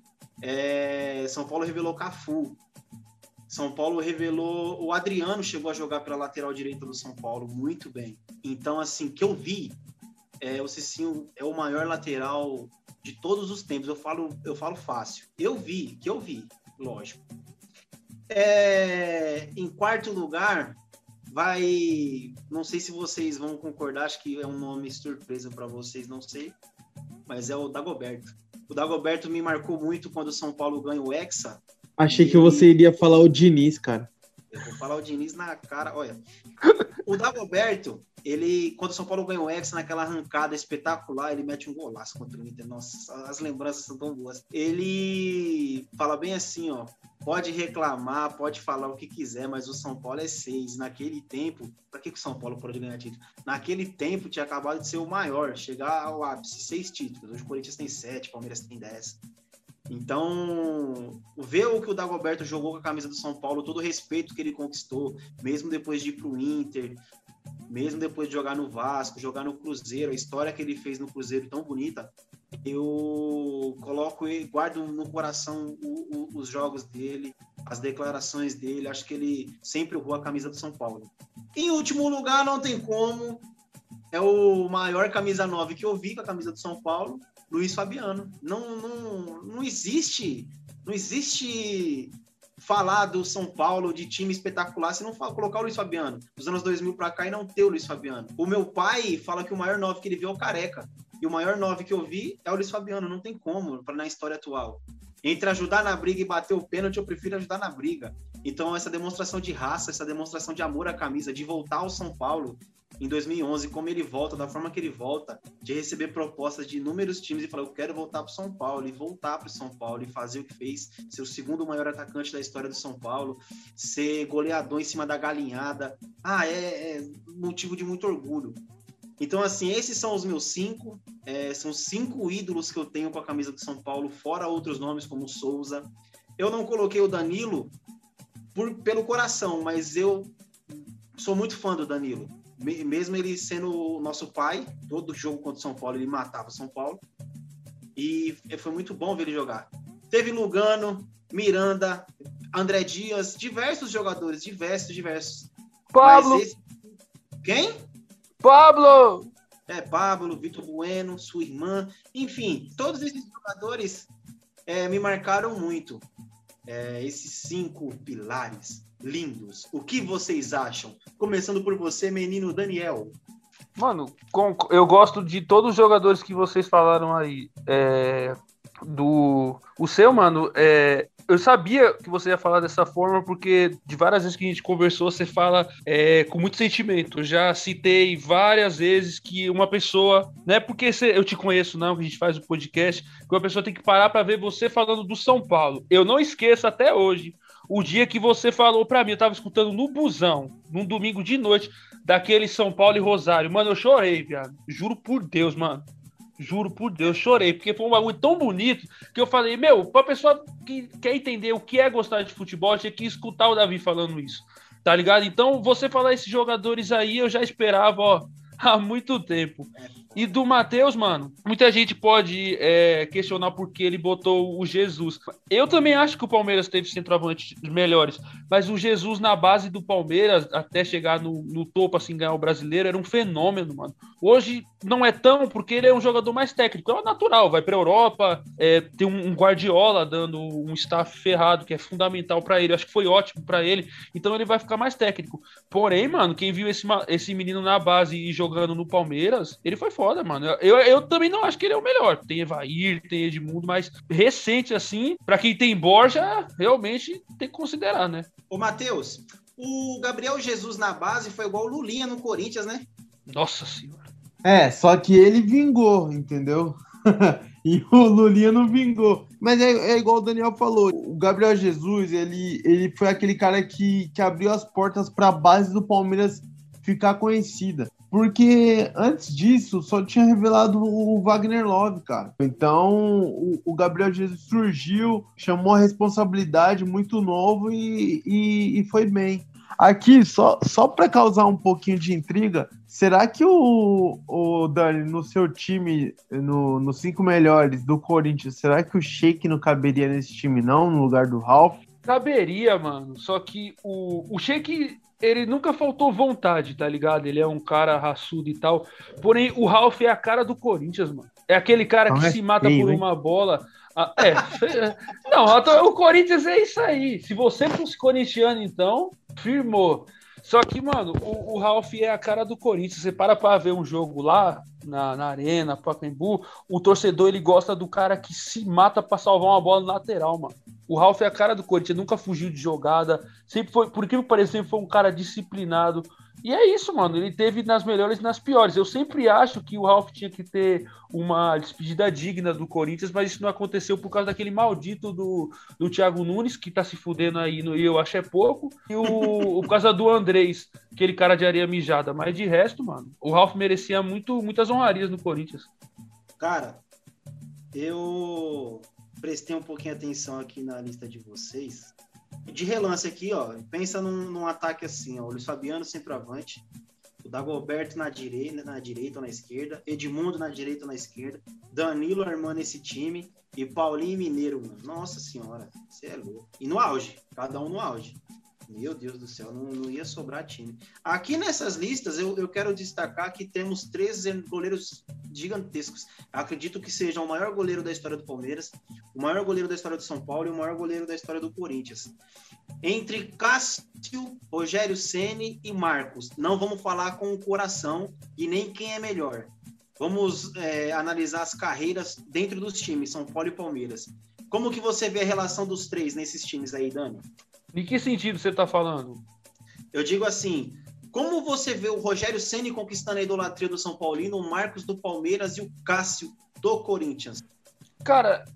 É, São Paulo revelou Cafu. São Paulo revelou... O Adriano chegou a jogar pela lateral direita do São Paulo muito bem. Então, assim, que eu vi, é, o Cicinho é o maior lateral de todos os tempos. Eu falo, eu falo fácil. Eu vi, que eu vi, lógico. É, em quarto lugar, vai... Não sei se vocês vão concordar, acho que é um nome surpresa para vocês, não sei. Mas é o Dagoberto. O Dagoberto me marcou muito quando o São Paulo ganha o Hexa. Achei que você iria falar o Diniz, cara. Eu vou falar o Diniz na cara, olha. O Dagoberto, ele, quando o São Paulo ganhou o Hexa, naquela arrancada espetacular, ele mete um golaço contra o Inter. Nossa, as lembranças são tão boas. Ele fala bem assim, ó. Pode reclamar, pode falar o que quiser, mas o São Paulo é seis. Naquele tempo, pra que, que o São Paulo pode ganhar título? Naquele tempo tinha acabado de ser o maior, chegar ao ápice, seis títulos. Hoje o Corinthians tem sete, o Palmeiras tem dez. Então, ver o que o Dagoberto jogou com a camisa do São Paulo, todo o respeito que ele conquistou, mesmo depois de ir pro Inter, mesmo depois de jogar no Vasco, jogar no Cruzeiro, a história que ele fez no Cruzeiro tão bonita, eu coloco e guardo no coração o, o, os jogos dele, as declarações dele. Acho que ele sempre urrou a camisa do São Paulo. Em último lugar, não tem como, é o maior camisa nove que eu vi com a camisa do São Paulo, Luiz Fabiano. Não, não, não existe, não existe falar do São Paulo de time espetacular se não colocar o Luiz Fabiano. Dos anos dois mil para cá e não ter o Luiz Fabiano. O meu pai fala que o maior nove que ele viu é o Careca. E o maior nove que eu vi é o Luiz Fabiano, não tem como, para na história atual. Entre ajudar na briga e bater o pênalti, eu prefiro ajudar na briga. Então, essa demonstração de raça, essa demonstração de amor à camisa, de voltar ao São Paulo em dois mil e onze, como ele volta, da forma que ele volta, de receber propostas de inúmeros times e falar, eu quero voltar para o São Paulo, e voltar para o São Paulo, e fazer o que fez, ser o segundo maior atacante da história do São Paulo, ser goleador em cima da galinhada. Ah, é, é motivo de muito orgulho. Então, assim, esses são os meus cinco, é, são cinco ídolos que eu tenho com a camisa do São Paulo, fora outros nomes como Souza. Eu não coloquei o Danilo por, pelo coração, mas eu sou muito fã do Danilo. Mesmo ele sendo o nosso pai, todo jogo contra o São Paulo, ele matava o São Paulo. E foi muito bom ver ele jogar. Teve Lugano, Miranda, André Dias, diversos jogadores, diversos, diversos. Pablo! Esse... Quem? Pablo! É, Pablo, Vitor Bueno, sua irmã, enfim, todos esses jogadores é, me marcaram muito. É, esses cinco pilares lindos. O que vocês acham? Começando por você, menino Daniel. Mano, com, eu gosto de todos os jogadores que vocês falaram aí. É, do, o seu, mano, é, eu sabia que você ia falar dessa forma, porque de várias vezes que a gente conversou, você fala é, com muito sentimento. Eu já citei várias vezes que uma pessoa, não é porque você, eu te conheço não, que a gente faz o podcast, que uma pessoa tem que parar para ver você falando do São Paulo. Eu não esqueço até hoje o dia que você falou pra mim, eu tava escutando no busão, num domingo de noite, daquele São Paulo e Rosário. Mano, eu chorei, viado. Juro por Deus, mano. Juro por Deus, chorei, porque foi um bagulho tão bonito que eu falei, meu, pra pessoa que quer entender o que é gostar de futebol, tinha que escutar o Davi falando isso, tá ligado? Então, você falar esses jogadores aí, eu já esperava, ó, há muito tempo. E do Matheus, mano, muita gente pode é, questionar por que ele botou o Jesus. Eu também acho que o Palmeiras teve centroavantes melhores, mas o Jesus na base do Palmeiras, até chegar no, no topo, assim, ganhar o brasileiro, era um fenômeno, mano. Hoje não é tão, porque ele é um jogador mais técnico, é natural, vai pra Europa, é, tem um, um Guardiola dando um staff ferrado, que é fundamental pra ele, eu acho que foi ótimo pra ele, então ele vai ficar mais técnico. Porém, mano, quem viu esse, esse menino na base e jogando no Palmeiras, ele foi foda, mano. Eu, eu também não acho que ele é o melhor. Tem Evair, tem Edmundo, mas recente assim, pra quem tem Borja, realmente tem que considerar, né? Ô, Matheus, o Gabriel Jesus na base foi igual o Lulinha no Corinthians, né? Nossa senhora. É, só que ele vingou, entendeu? E o Lulinha não vingou. Mas é, é igual o Daniel falou, o Gabriel Jesus, ele, ele foi aquele cara que, que abriu as portas para a base do Palmeiras ficar conhecida. Porque antes disso, só tinha revelado o Wagner Love, cara. Então, o, o Gabriel Jesus surgiu, chamou a responsabilidade, muito novo e, e, e foi bem. Aqui, só, só para causar um pouquinho de intriga, será que o, o Dani, no seu time, no, nos cinco melhores do Corinthians, será que o Sheik não caberia nesse time não, no lugar do Ralf? Caberia, mano, só que o, o Sheik, ele nunca faltou vontade, tá ligado? Ele é um cara raçudo e tal, porém o Ralf é a cara do Corinthians, mano. É aquele cara não que é se mata feio, por hein? uma bola. Ah, é, não, o Corinthians é isso aí. Se você fosse corintiano, então, firmou. Só que, mano, o, o Ralf é a cara do Corinthians. Você para pra ver um jogo lá na, na Arena, Pacaembu, o torcedor ele gosta do cara que se mata pra salvar uma bola no lateral, mano. O Ralf é a cara do Corinthians, nunca fugiu de jogada, sempre foi, por que me parece, sempre foi um cara disciplinado. E é isso, mano, ele teve nas melhores e nas piores. Eu sempre acho que o Ralf tinha que ter uma despedida digna do Corinthians, mas isso não aconteceu por causa daquele maldito do, do Thiago Nunes, que tá se fudendo aí, no, e eu acho é pouco, e o, por causa do Andrés, aquele cara de areia mijada. Mas de resto, mano, o Ralf merecia muito, muitas honrarias no Corinthians. Cara, eu prestei um pouquinho atenção aqui na lista de vocês. De relance aqui, ó, pensa num, num ataque assim, ó, o Luiz Fabiano centroavante, o Dagoberto na direita, na direita ou na esquerda, Edmundo na direita ou na esquerda, Danilo armando esse time e Paulinho Mineiro, mano. Nossa senhora, você é louco. E no auge, cada um no auge. Meu Deus do céu, não, não ia sobrar time. Aqui nessas listas, eu, eu quero destacar que temos três goleiros gigantescos. Acredito que seja o maior goleiro da história do Palmeiras, o maior goleiro da história do São Paulo e o maior goleiro da história do Corinthians. Entre Cássio, Rogério Ceni e Marcos. Não vamos falar com o coração e nem quem é melhor. Vamos é, analisar as carreiras dentro dos times, São Paulo e Palmeiras. Como que você vê a relação dos três nesses times aí, Dani? Em que sentido você tá falando? Eu digo assim, como você vê o Rogério Ceni conquistando a idolatria do São Paulino, o Marcos do Palmeiras e o Cássio do Corinthians? Cara,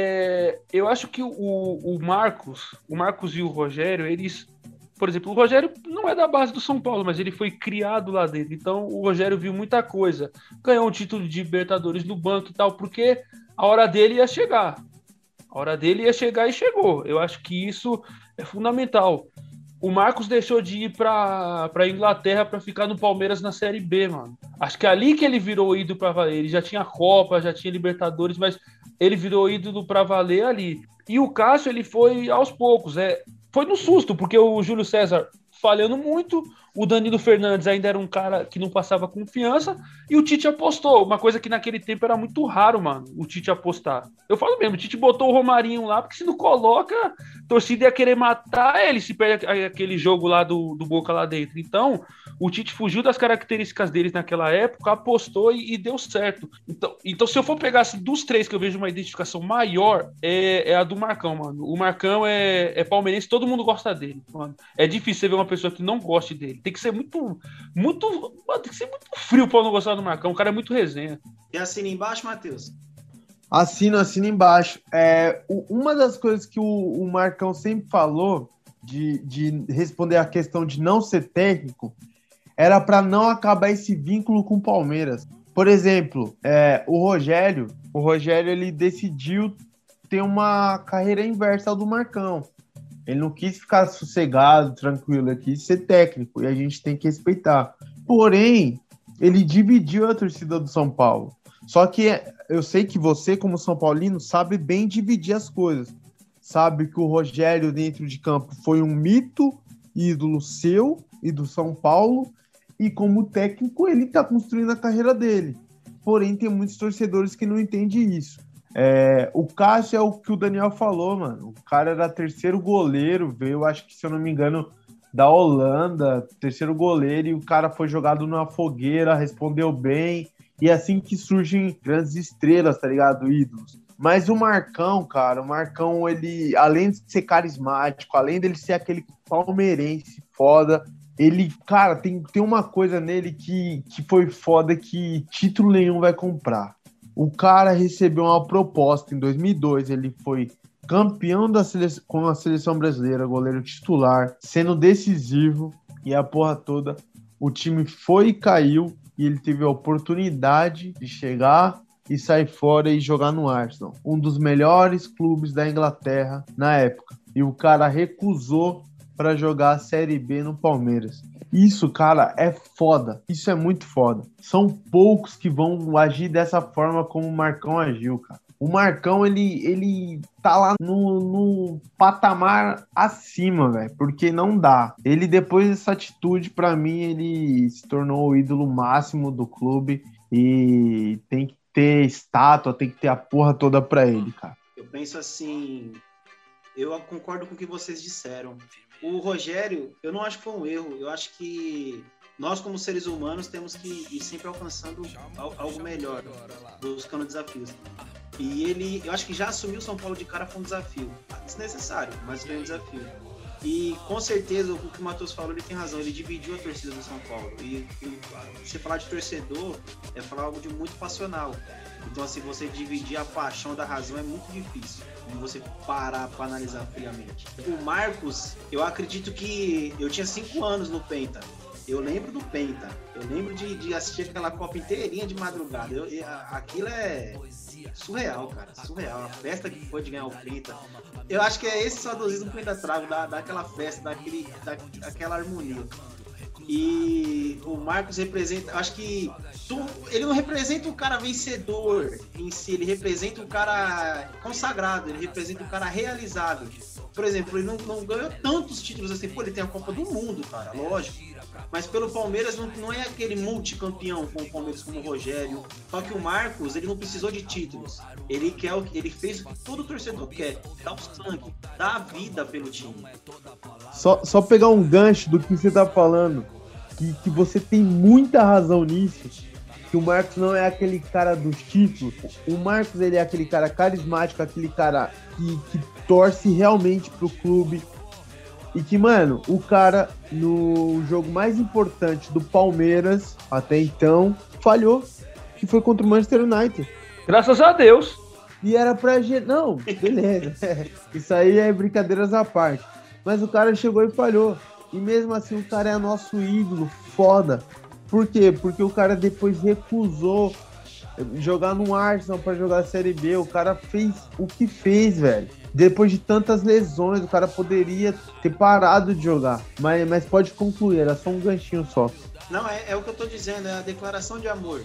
é, eu acho que o, o Marcos, o Marcos e o Rogério, eles... Por exemplo, o Rogério não é da base do São Paulo, mas ele foi criado lá dentro. Então, o Rogério viu muita coisa. Ganhou um título de Libertadores no banco e tal, porque a hora dele ia chegar. A hora dele ia chegar e chegou. Eu acho que isso é fundamental. O Marcos deixou de ir para a Inglaterra para ficar no Palmeiras na Série B, mano. Acho que é ali que ele virou ídolo para valer. Ele já tinha Copa, já tinha Libertadores, mas ele virou ídolo para valer ali. E o Cássio, ele foi aos poucos, é... Foi no susto, porque o Júlio César falhando muito, o Danilo Fernandes ainda era um cara que não passava confiança, e o Tite apostou, uma coisa que naquele tempo era muito raro, mano, o Tite apostar. Eu falo mesmo, o Tite botou o Romarinho lá, porque se não coloca, a torcida ia querer matar ele se perde aquele jogo lá do, do Boca lá dentro. Então, o Tite fugiu das características deles naquela época, apostou e, e deu certo. Então, então, se eu for pegar assim, dos três que eu vejo uma identificação maior, é, é a do Marcão, mano. O Marcão é, é palmeirense, todo mundo gosta dele, mano. É difícil você ver uma pessoa que não goste dele. Tem que ser muito, muito, mano, tem que ser muito frio pra não gostar do Marcão. O cara é muito resenha. E assina embaixo, Matheus? Assino, assino embaixo. É, o, uma das coisas que o, o Marcão sempre falou de, de responder a questão de não ser técnico era para não acabar esse vínculo com o Palmeiras. Por exemplo, é, o Rogério, o Rogério ele decidiu ter uma carreira inversa ao do Marcão. Ele não quis ficar sossegado, tranquilo, ele quis ser técnico, e a gente tem que respeitar. Porém, ele dividiu a torcida do São Paulo. Só que eu sei que você, como São Paulino, sabe bem dividir as coisas. Sabe que o Rogério, dentro de campo, foi um mito, ídolo seu e do São Paulo, e como técnico, ele está construindo a carreira dele. Porém, tem muitos torcedores que não entendem isso. É, o Cássio é o que o Daniel falou, mano. O cara era terceiro goleiro, veio, acho que, se eu não me engano, da Holanda, terceiro goleiro, e o cara foi jogado numa fogueira, respondeu bem, e é assim que surgem grandes estrelas, tá ligado? Ídolos. Mas o Marcão, cara, o Marcão, ele, além de ser carismático, além dele ser aquele palmeirense foda, ele, cara, tem, tem uma coisa nele que, que foi foda que título nenhum vai comprar. O cara recebeu uma proposta em dois mil e dois, ele foi campeão da seleção, com a seleção brasileira, goleiro titular, sendo decisivo, e a porra toda, o time foi e caiu, e ele teve a oportunidade de chegar e sair fora e jogar no Arsenal, um dos melhores clubes da Inglaterra na época. E o cara recusou para jogar a Série B no Palmeiras. Isso, cara, é foda. Isso é muito foda. São poucos que vão agir dessa forma como o Marcão agiu, cara. O Marcão, ele, ele tá lá no, no patamar acima, velho, porque não dá. Ele, depois dessa atitude, pra mim, ele se tornou o ídolo máximo do clube e tem que ter estátua, tem que ter a porra toda pra ele, cara. Eu penso assim, eu concordo com o que vocês disseram. O Rogério, eu não acho que foi um erro, eu acho que nós, como seres humanos, temos que ir sempre alcançando algo melhor, buscando desafios. E ele, eu acho que já assumir o São Paulo de cara foi um desafio. Desnecessário, mas foi um desafio. E com certeza o que o Matheus falou, ele tem razão, ele dividiu a torcida do São Paulo. E, e você falar de torcedor é falar algo de muito passional. Então, assim, você dividir a paixão da razão é muito difícil de você parar para analisar friamente. O Marcos, eu acredito que eu tinha cinco anos no Penta. Eu lembro do Penta. Eu lembro de, de assistir aquela Copa inteirinha de madrugada. Eu, eu, aquilo é surreal, cara. Surreal. A festa que foi de ganhar o Penta. Eu acho que é esse saudosismo que eu ainda trago, da, daquela festa, daquele, da, daquela harmonia. E o Marcos representa, acho que tu, ele não representa o cara vencedor em si, ele representa o cara consagrado, ele representa o cara realizado. Por exemplo, ele não, não ganhou tantos títulos assim, pô, ele tem a Copa do Mundo, cara, lógico. Mas pelo Palmeiras não, não é aquele multicampeão com o Palmeiras como o Rogério. Só que o Marcos, ele não precisou de títulos. Ele, quer, ele fez o que todo torcedor quer, dá o sangue, dá a vida pelo time. Só, só pegar um gancho do que você tá falando, que, que você tem muita razão nisso, que que o Marcos não é aquele cara dos títulos. O Marcos, ele é aquele cara carismático, aquele cara que, que torce realmente pro clube. E que, mano, o cara, no jogo mais importante do Palmeiras, até então, falhou. Que foi contra o Manchester United. Graças a Deus. E era pra gente... Não, beleza. Isso aí é brincadeiras à parte. Mas o cara chegou e falhou. E mesmo assim, o cara é nosso ídolo. Foda. Por quê? Porque o cara depois recusou jogar no Arsenal pra jogar a Série B. O cara fez o que fez, velho. Depois de tantas lesões, o cara poderia ter parado de jogar. Mas, mas pode concluir, era só um ganchinho só. Não, é, é o que eu tô dizendo, é a declaração de amor.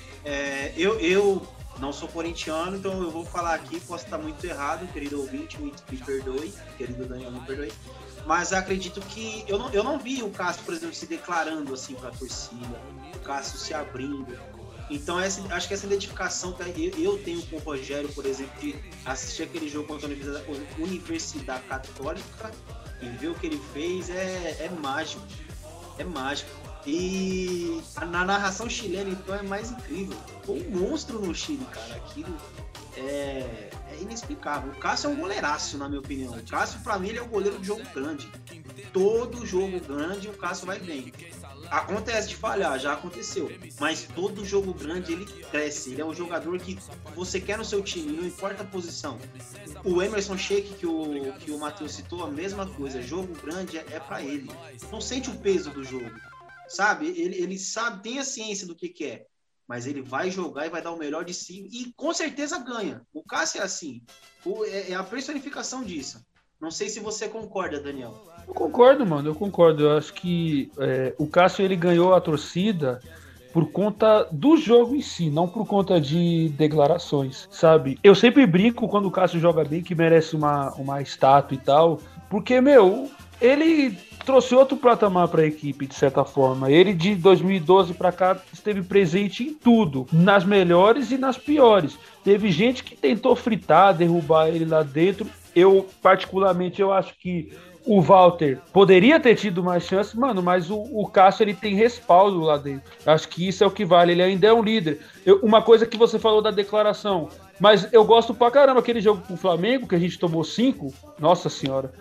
É, eu, eu não sou corintiano, então eu vou falar aqui, posso estar muito errado, querido ouvinte, me, me perdoe, querido Daniel, me perdoe. Mas acredito que... Eu não, eu não vi o Cássio, por exemplo, se declarando assim pra torcida, o Cássio se abrindo. Então, essa, acho que essa identificação que eu tenho com o Rogério, por exemplo, de assistir aquele jogo contra a Universidade, Universidade Católica e ver o que ele fez é, é mágico. É mágico. E na narração chilena, então, é mais incrível. Foi um monstro no Chile, cara. Aquilo é, é inexplicável. O Cássio é um goleiraço, na minha opinião. O Cássio, pra mim, ele é o goleiro de jogo grande. Todo jogo grande, o Cássio vai bem. Acontece de falhar, já aconteceu. Mas todo jogo grande, ele cresce. Ele é um jogador que você quer no seu time, não importa a posição. O Emerson Sheik, que o, que o Matheus citou, a mesma coisa. Jogo grande é, é pra ele. Não sente o peso do jogo. Sabe? Ele, ele sabe, tem a ciência do que quer. Mas ele vai jogar e vai dar o melhor de si. E com certeza ganha. O Cássio é assim. O, é, é a personificação disso. Não sei se você concorda, Daniel. Eu concordo, mano, eu concordo. Eu acho que é, o Cássio, ele ganhou a torcida por conta do jogo em si, não por conta de declarações, sabe? Eu sempre brinco quando o Cássio joga bem, que merece uma, uma estátua e tal, porque, meu, ele trouxe outro patamar para a equipe, de certa forma. Ele, de dois mil e doze para cá, esteve presente em tudo, nas melhores e nas piores. Teve gente que tentou fritar, derrubar ele lá dentro. Eu, particularmente, eu acho que o Walter poderia ter tido mais chances, mano, mas o, o Cássio, ele tem respaldo lá dentro. Acho que isso é o que vale, ele ainda é um líder. Eu, uma coisa que você falou da declaração, mas eu gosto pra caramba, aquele jogo com o Flamengo, que a gente tomou cinco, nossa senhora,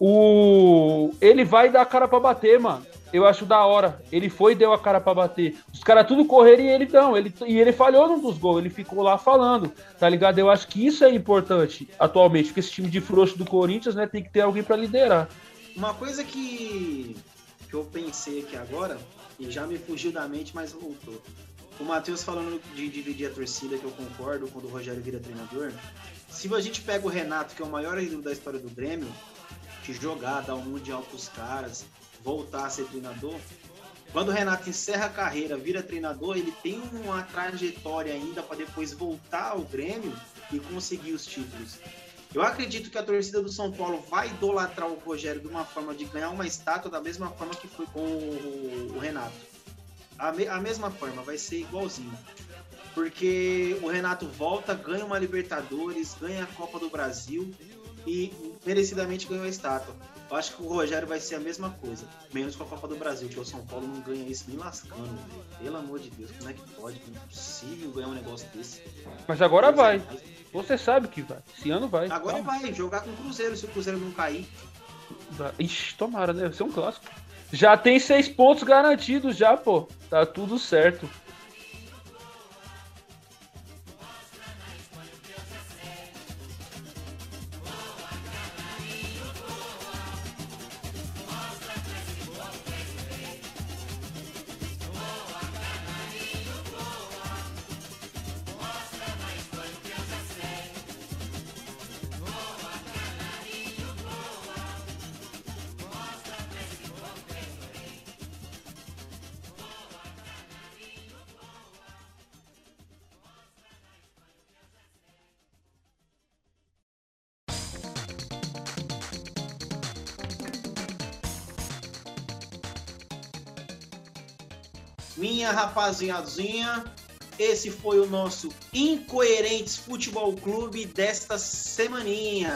o... ele vai dar a cara pra bater, mano. Eu acho da hora. Ele foi e deu a cara pra bater. Os caras tudo correram e ele não. Ele, e ele falhou num dos gols. Ele ficou lá falando, tá ligado? Eu acho que isso é importante atualmente, porque esse time de frouxo do Corinthians, né, tem que ter alguém pra liderar. Uma coisa que, que eu pensei aqui agora, e já me fugiu da mente, mas voltou. O Matheus falando de dividir a torcida, que eu concordo, quando o Rogério vira treinador. Se a gente pega o Renato, que é o maior ídolo da história do Grêmio, de jogar, dar um mundial pros caras, voltar a ser treinador, quando o Renato encerra a carreira, vira treinador, ele tem uma trajetória ainda para depois voltar ao Grêmio e conseguir os títulos. Eu acredito que a torcida do São Paulo vai idolatrar o Rogério de uma forma de ganhar uma estátua da mesma forma que foi com o Renato. A, me, a mesma forma, vai ser igualzinho. Porque o Renato volta, ganha uma Libertadores, ganha a Copa do Brasil e merecidamente ganhou a estátua. Eu acho que o Rogério vai ser a mesma coisa, menos com a Copa do Brasil, que o São Paulo não ganha isso nem lascando, véio. Pelo amor de Deus, como é que pode? Não é possível ganhar um negócio desse. Mas agora Deus vai. É... Você sabe que vai. Esse ano vai. Agora Calma. vai jogar com o Cruzeiro, se o Cruzeiro não cair. Ixi, tomara, né? Vai ser um clássico. Já tem seis pontos garantidos já, pô. Tá tudo certo. Minha rapaziadinha, esse foi o nosso Incoerentes Futebol Clube desta semaninha.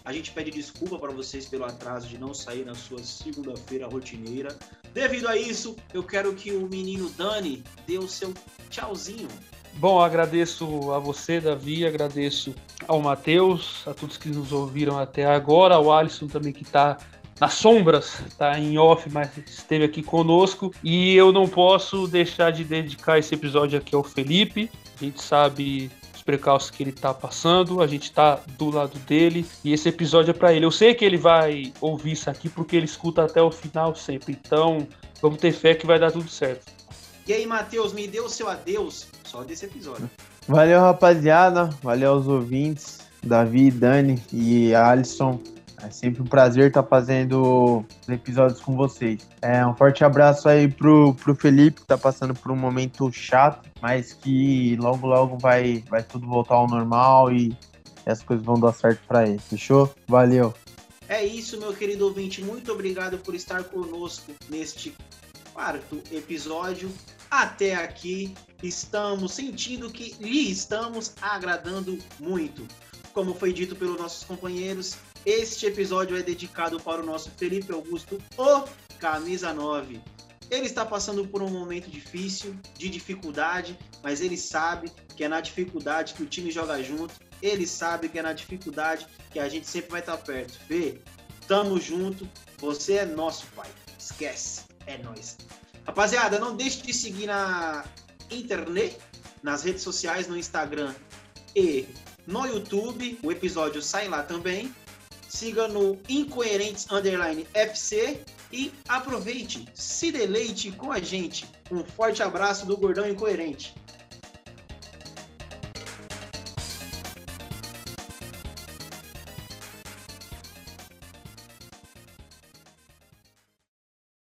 A gente pede desculpa para vocês pelo atraso de não sair na sua segunda-feira rotineira. Devido a isso, eu quero que o menino Dani dê o seu tchauzinho. Bom, agradeço a você, Davi, agradeço ao Matheus, a todos que nos ouviram até agora, ao Alisson também que está nas sombras, está em off, mas esteve aqui conosco. E eu não posso deixar de dedicar esse episódio aqui ao Felipe. A gente sabe os precalços que ele está passando, a gente está do lado dele e esse episódio é para ele. Eu sei que ele vai ouvir isso aqui porque ele escuta até o final sempre, então vamos ter fé que vai dar tudo certo. E aí, Matheus, me dê o seu adeus só desse episódio. Valeu, rapaziada. Valeu aos ouvintes, Davi, Dani e Alisson. É sempre um prazer estar fazendo episódios com vocês. É, um forte abraço aí pro, pro Felipe, que tá passando por um momento chato, mas que logo, logo vai, vai tudo voltar ao normal e as coisas vão dar certo para ele. Fechou? Valeu. É isso, meu querido ouvinte. Muito obrigado por estar conosco neste quarto episódio. Até aqui, estamos sentindo que lhe estamos agradando muito. Como foi dito pelos nossos companheiros, este episódio é dedicado para o nosso Felipe Augusto, o Camisa nove. Ele está passando por um momento difícil, de dificuldade, mas ele sabe que é na dificuldade que o time joga junto. Ele sabe que é na dificuldade que a gente sempre vai estar perto. Fê, tamo junto, você é nosso pai. Esquece, é nóis. Rapaziada, não deixe de seguir na internet, nas redes sociais, no Instagram e no YouTube. O episódio sai lá também. Siga no Incoerentes Underline F C e aproveite, se deleite com a gente. Um forte abraço do Gordão Incoerente.